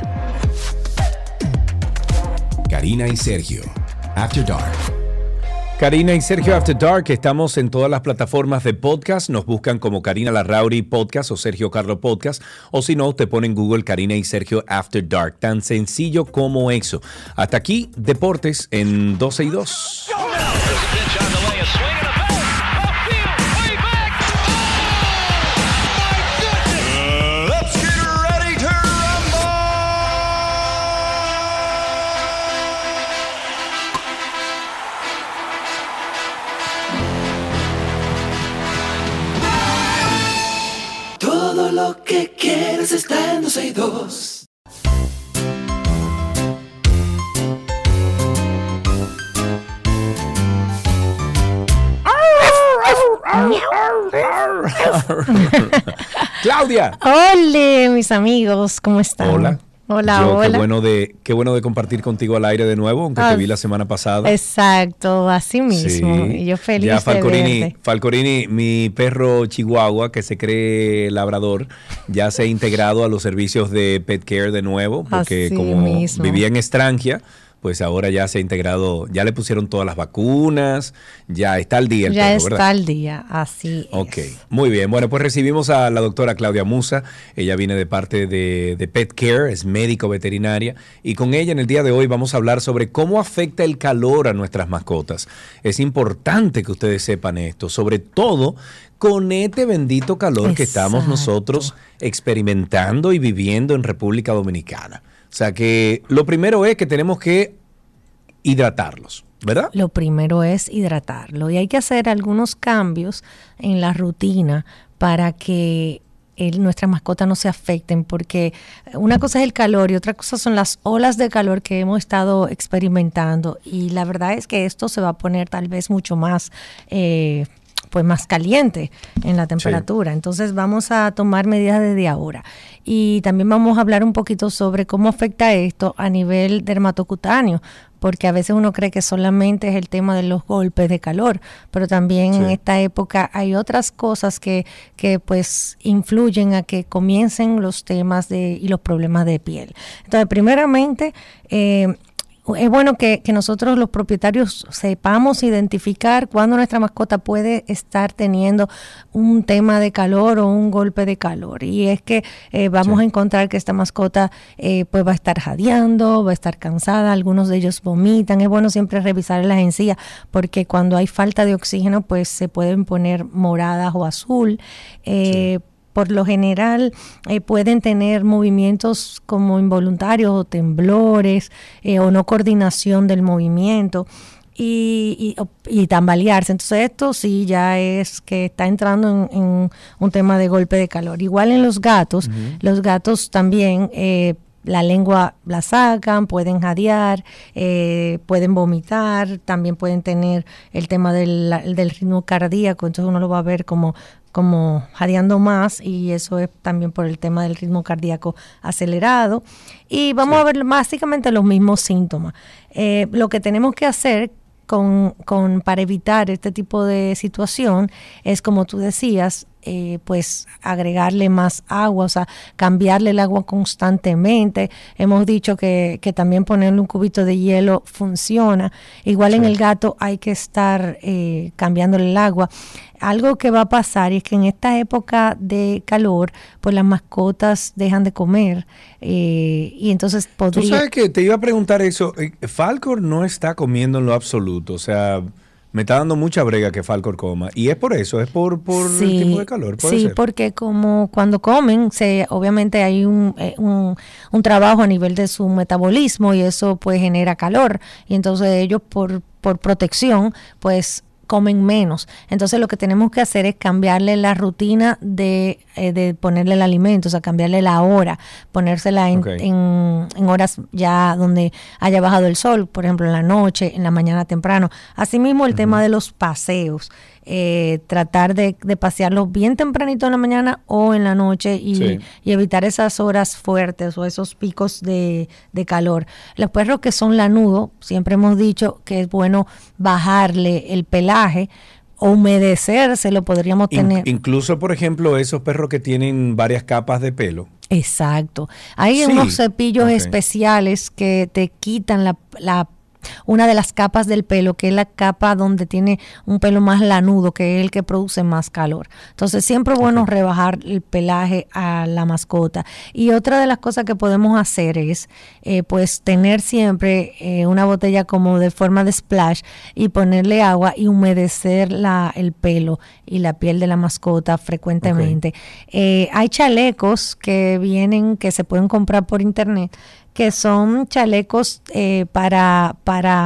Karina y Sergio, After Dark. Karina y Sergio After Dark, estamos en todas las plataformas de podcast, nos buscan como Karina Larrauri Podcast o Sergio Carlo Podcast, o si no, te ponen Google Karina y Sergio After Dark, tan sencillo como eso. Hasta aquí, Deportes en 12 y 2. Todo lo que quieres está en 12 y 2. Claudia. Hola, mis amigos, ¿cómo están? Hola. Hola, hola. Qué bueno de compartir contigo al aire de nuevo, aunque te vi la semana pasada. Exacto, así mismo. Sí. Y yo feliz ya de verte. Falcorini, mi perro chihuahua, que se cree labrador, ya se ha integrado a los servicios de Pet Care de nuevo, porque Así como mismo. vivía en Estrangia, pues ahora ya se ha integrado, ya le pusieron todas las vacunas, ya está al día el Ya perro, está ¿verdad? al día, así Ok, muy bien. Bueno, pues recibimos a la doctora Claudia Musa. Ella viene de parte de Pet Care, es médico veterinaria. Y con ella en el día de hoy vamos a hablar sobre cómo afecta el calor a nuestras mascotas. Es importante que ustedes sepan esto, sobre todo con este bendito calor que estamos nosotros experimentando y viviendo en República Dominicana. O sea que lo primero es que tenemos que hidratarlos, ¿verdad? Lo primero es hidratarlo y hay que hacer algunos cambios en la rutina para que nuestras mascotas no se afecten, porque una cosa es el calor y otra cosa son las olas de calor que hemos estado experimentando, y la verdad es que esto se va a poner tal vez mucho más pues más caliente en la temperatura. Sí. Entonces vamos a tomar medidas desde ahora. Y también vamos a hablar un poquito sobre cómo afecta esto a nivel dermatocutáneo, porque a veces uno cree que solamente es el tema de los golpes de calor, pero también en esta época hay otras cosas que pues influyen a que comiencen los temas y los problemas de piel. Entonces, primeramente, es bueno que nosotros los propietarios sepamos identificar cuándo nuestra mascota puede estar teniendo un tema de calor o un golpe de calor. Y es que vamos a encontrar que esta mascota pues va a estar jadeando, va a estar cansada, algunos de ellos vomitan. Es bueno siempre revisar las encías, porque cuando hay falta de oxígeno pues se pueden poner moradas o azul. Por lo general pueden tener movimientos como involuntarios o temblores o no coordinación del movimiento y tambalearse. Entonces esto sí ya es que está entrando en un tema de golpe de calor. Igual en los gatos, los gatos también la lengua la sacan, pueden jadear, pueden vomitar, también pueden tener el tema del ritmo cardíaco, entonces uno lo va a ver como jadeando más, y eso es también por el tema del ritmo cardíaco acelerado. Y vamos a ver básicamente los mismos síntomas. Lo que tenemos que hacer para evitar este tipo de situación es, como tú decías, pues agregarle más agua, o sea, cambiarle el agua constantemente. Hemos dicho que también ponerle un cubito de hielo funciona. Igual en el gato hay que estar cambiándole el agua. Algo que va a pasar es que en esta época de calor, pues las mascotas dejan de comer y entonces podría... Tú sabes que te iba a preguntar eso. Falcor no está comiendo en lo absoluto, o sea... Me está dando mucha brega que Falcor coma. Y es por eso, es por el tipo de calor. ¿Puede ser? Porque como cuando comen, obviamente hay un trabajo a nivel de su metabolismo, y eso pues genera calor. Y entonces ellos por protección, pues comen menos. Entonces lo que tenemos que hacer es cambiarle la rutina de ponerle el alimento, o sea, cambiarle la hora, ponérsela en horas ya donde haya bajado el sol, por ejemplo, en la noche, en la mañana temprano. Asimismo, el tema de los paseos. Tratar de pasearlos bien tempranito en la mañana o en la noche y evitar esas horas fuertes o esos picos de calor. Los perros que son lanudos, siempre hemos dicho que es bueno bajarle el pelaje o humedecerse, lo podríamos tener. Incluso, por ejemplo, esos perros que tienen varias capas de pelo. Exacto. Hay unos cepillos especiales que te quitan una de las capas del pelo, que es la capa donde tiene un pelo más lanudo, que es el que produce más calor. Entonces siempre es bueno rebajar el pelaje a la mascota. Y otra de las cosas que podemos hacer es pues tener siempre una botella como de forma de splash y ponerle agua y humedecer el pelo y la piel de la mascota frecuentemente. Hay chalecos que se pueden comprar por internet, que son chalecos para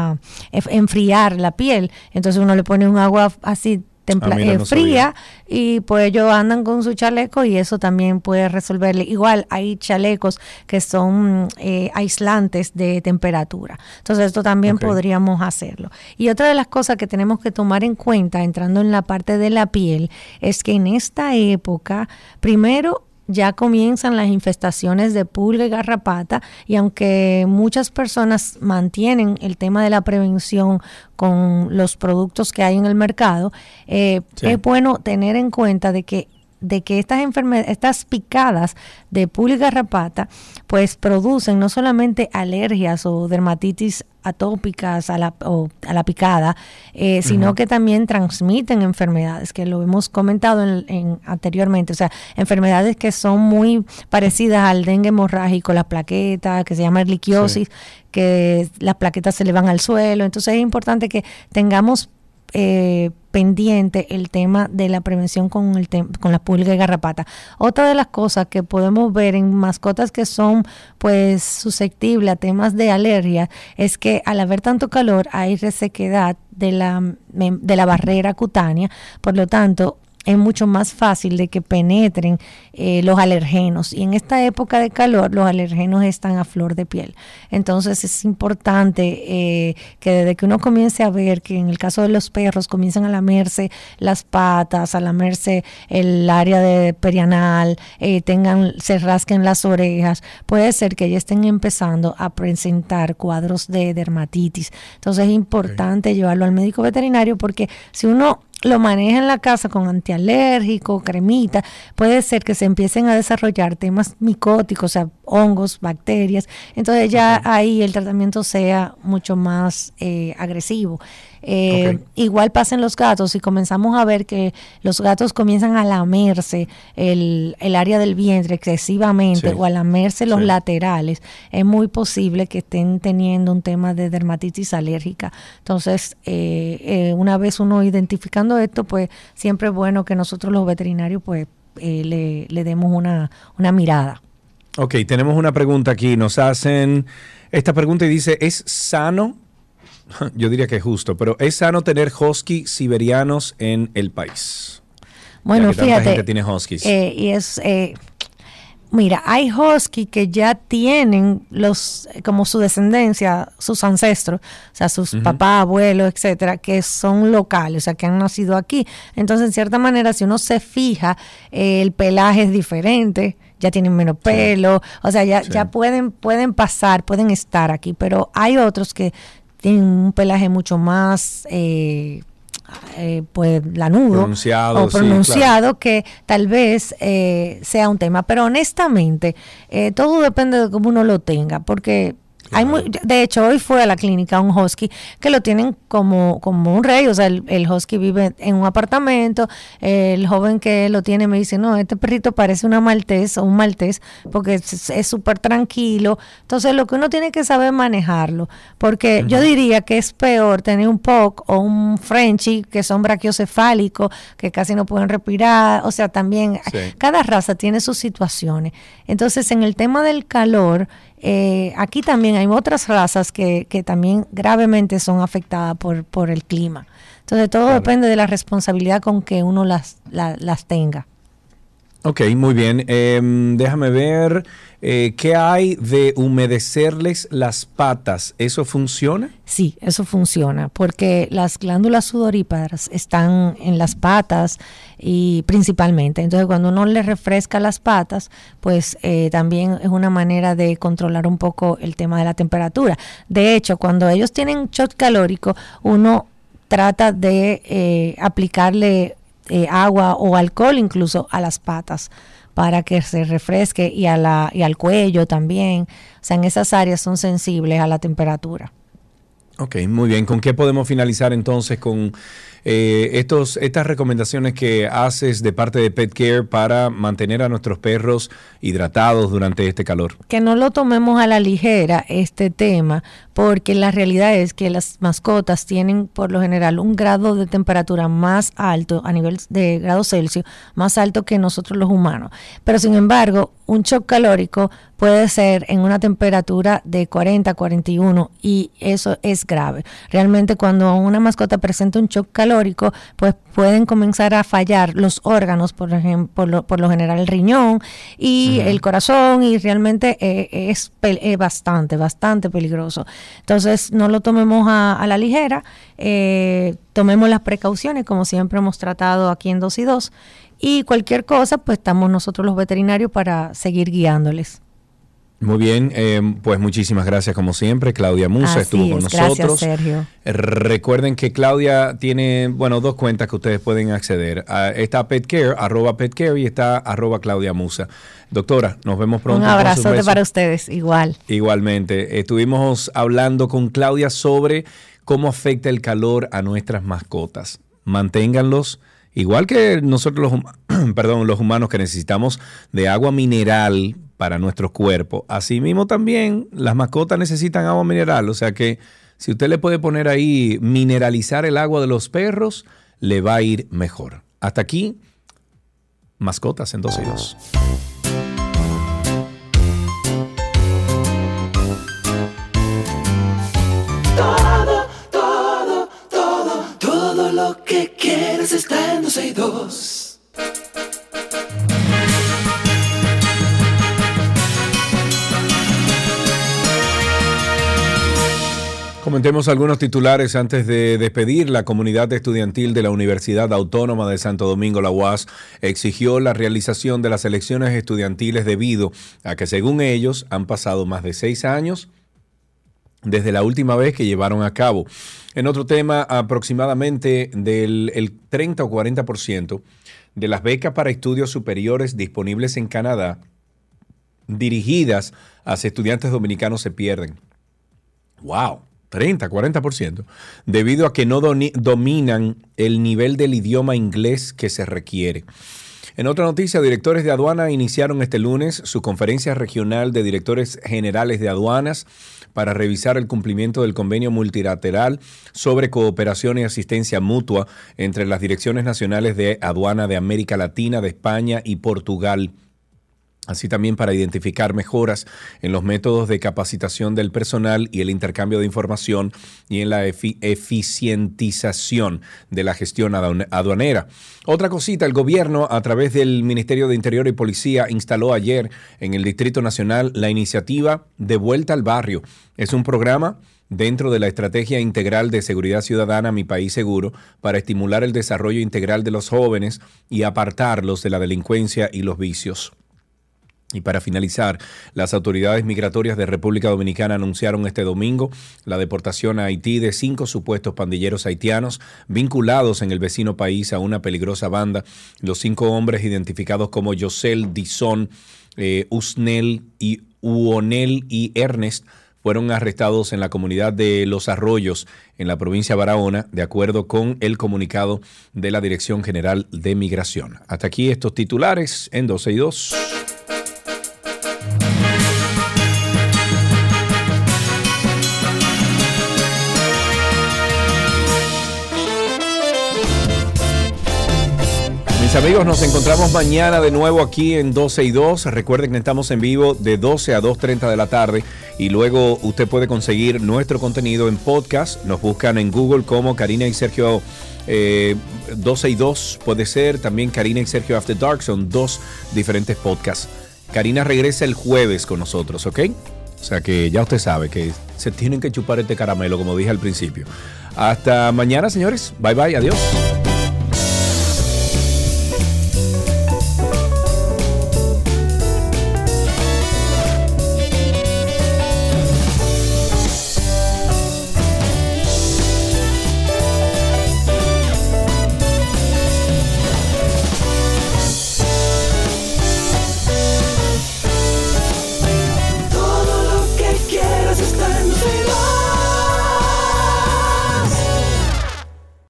enfriar la piel. Entonces uno le pone un agua así fría y pues ellos andan con su chaleco y eso también puede resolverle. Igual hay chalecos que son aislantes de temperatura. Entonces esto también podríamos hacerlo. Y otra de las cosas que tenemos que tomar en cuenta, entrando en la parte de la piel, es que en esta época, primero, ya comienzan las infestaciones de pulga y garrapata, y aunque muchas personas mantienen el tema de la prevención con los productos que hay en el mercado, es bueno tener en cuenta de que estas picadas de pulga y garrapata pues producen no solamente alergias o dermatitis atópicas a la picada, sino que también transmiten enfermedades, que lo hemos comentado anteriormente, o sea, enfermedades que son muy parecidas al dengue hemorrágico, las plaquetas, que se llama erliquiosis, que las plaquetas se le van al suelo. Entonces es importante que tengamos pendiente el tema de la prevención con la pulga y garrapata. Otra de las cosas que podemos ver en mascotas que son pues susceptibles a temas de alergia es que al haber tanto calor hay resequedad de la barrera cutánea, por lo tanto es mucho más fácil de que penetren los alergenos, y en esta época de calor los alergenos están a flor de piel. Entonces es importante que desde que uno comience a ver que en el caso de los perros comienzan a lamerse las patas, a lamerse el área de perianal, se rasquen las orejas, puede ser que ya estén empezando a presentar cuadros de dermatitis. Entonces es importante llevarlo al médico veterinario, porque si uno lo maneja en la casa con antialérgico, cremita, puede ser que se empiecen a desarrollar temas micóticos, o sea, hongos, bacterias. Entonces ya ahí el tratamiento sea mucho más agresivo. Igual pasa en los gatos. Si comenzamos a ver que los gatos comienzan a lamerse el área del vientre excesivamente, o a lamerse los laterales, es muy posible que estén teniendo un tema de dermatitis alérgica. Entonces, una vez uno identificando esto, pues siempre es bueno que nosotros los veterinarios pues le demos una mirada. Ok, tenemos una pregunta aquí. Nos hacen esta pregunta y dice, ¿es sano? Yo diría que es justo, pero ¿es sano tener husky siberianos en el país? Bueno, fíjate, tanta gente tiene huskies. Mira, hay husky que ya tienen como su descendencia, sus ancestros, o sea, sus papás, abuelos, etcétera, que son locales, o sea, que han nacido aquí. Entonces, en cierta manera, si uno se fija, el pelaje es diferente, ya tienen menos pelo, o sea, ya pueden pasar, pueden estar aquí, pero hay otros que tienen un pelaje mucho más pues lanudo pronunciado, que tal vez sea un tema, pero honestamente todo depende de cómo uno lo tenga, porque de hecho hoy fue a la clínica un husky que lo tienen como un rey, o sea, el husky vive en un apartamento. El joven que lo tiene me dice, no, este perrito parece una maltés o un maltés, porque es súper tranquilo. Entonces lo que uno tiene que saber manejarlo, porque yo diría que es peor tener un pug o un Frenchie que son brachiocefálicos, que casi no pueden respirar, o sea, también cada raza tiene sus situaciones. Entonces en el tema del calor, aquí también hay otras razas que también gravemente son afectadas por el clima. Entonces todo depende de la responsabilidad con que uno las tenga. Ok, muy bien. Déjame ver, ¿qué hay de humedecerles las patas? ¿Eso funciona? Sí, eso funciona, porque las glándulas sudoríparas están en las patas y principalmente. Entonces, cuando uno le refresca las patas, pues también es una manera de controlar un poco el tema de la temperatura. De hecho, cuando ellos tienen shock calórico, uno trata de aplicarle agua o alcohol incluso a las patas para que se refresque y al cuello también. O sea, en esas áreas son sensibles a la temperatura. Ok, muy bien. ¿Con qué podemos finalizar entonces con estas recomendaciones que haces de parte de Pet Care para mantener a nuestros perros hidratados durante este calor? Que no lo tomemos a la ligera este tema, porque la realidad es que las mascotas tienen por lo general un grado de temperatura más alto a nivel de grados Celsius, más alto que nosotros los humanos. Pero sin embargo, un shock calórico puede ser en una temperatura de 40, 41 y eso es grave. Realmente cuando una mascota presenta un shock calórico, pues pueden comenzar a fallar los órganos, por ejemplo, por lo general el riñón y el corazón, y realmente es bastante peligroso. Entonces no lo tomemos a la ligera, tomemos las precauciones como siempre hemos tratado aquí en 2 y 2, y cualquier cosa pues estamos nosotros los veterinarios para seguir guiándoles. Muy bien, pues muchísimas gracias como siempre. Claudia Musa estuvo con nosotros. Gracias, Sergio. Recuerden que Claudia tiene, 2 cuentas que ustedes pueden acceder. Está PetCare, @PetCare, y está @Claudia Musa. Doctora, nos vemos pronto. Un abrazote para ustedes, igual. Igualmente. Estuvimos hablando con Claudia sobre cómo afecta el calor a nuestras mascotas. Manténganlos, igual que nosotros los humanos que necesitamos de agua mineral para nuestro cuerpo. Asimismo también las mascotas necesitan agua mineral, o sea que si usted le puede poner ahí mineralizar el agua de los perros, le va a ir mejor. Hasta aquí, mascotas en 2 y 2. Todo lo que quieres está en 2 y 2. Comentemos algunos titulares antes de despedir. La comunidad estudiantil de la Universidad Autónoma de Santo Domingo, la UAS, exigió la realización de las elecciones estudiantiles debido a que, según ellos, han pasado más de 6 años desde la última vez que llevaron a cabo. En otro tema, aproximadamente el 30 o 40% de las becas para estudios superiores disponibles en Canadá dirigidas hacia estudiantes dominicanos se pierden. ¡Wow! 30, 40%, debido a que no dominan el nivel del idioma inglés que se requiere. En otra noticia, directores de aduana iniciaron este lunes su conferencia regional de directores generales de aduanas para revisar el cumplimiento del convenio multilateral sobre cooperación y asistencia mutua entre las direcciones nacionales de aduana de América Latina, de España y Portugal. Así también para identificar mejoras en los métodos de capacitación del personal y el intercambio de información y en la eficientización de la gestión aduanera. Otra cosita, el gobierno a través del Ministerio de Interior y Policía instaló ayer en el Distrito Nacional la iniciativa De Vuelta al Barrio. Es un programa dentro de la Estrategia Integral de Seguridad Ciudadana Mi País Seguro para estimular el desarrollo integral de los jóvenes y apartarlos de la delincuencia y los vicios. Y para finalizar, las autoridades migratorias de República Dominicana anunciaron este domingo la deportación a Haití de 5 supuestos pandilleros haitianos vinculados en el vecino país a una peligrosa banda. Los 5 hombres identificados como Yosel, Dison, Usnel, y Uonel y Ernest fueron arrestados en la comunidad de Los Arroyos, en la provincia de Barahona, de acuerdo con el comunicado de la Dirección General de Migración. Hasta aquí estos titulares en 12 y 2. Mis amigos, nos encontramos mañana de nuevo aquí en 12 y 2. Recuerden que estamos en vivo de 12 a 2:30 de la tarde y luego usted puede conseguir nuestro contenido en podcast. Nos buscan en Google como Karina y Sergio 12 y 2, puede ser también Karina y Sergio After Dark, son 2 diferentes podcasts. Karina regresa el jueves con nosotros, ¿ok? O sea que ya usted sabe que se tienen que chupar este caramelo, como dije al principio. Hasta mañana, señores. Bye bye, adiós.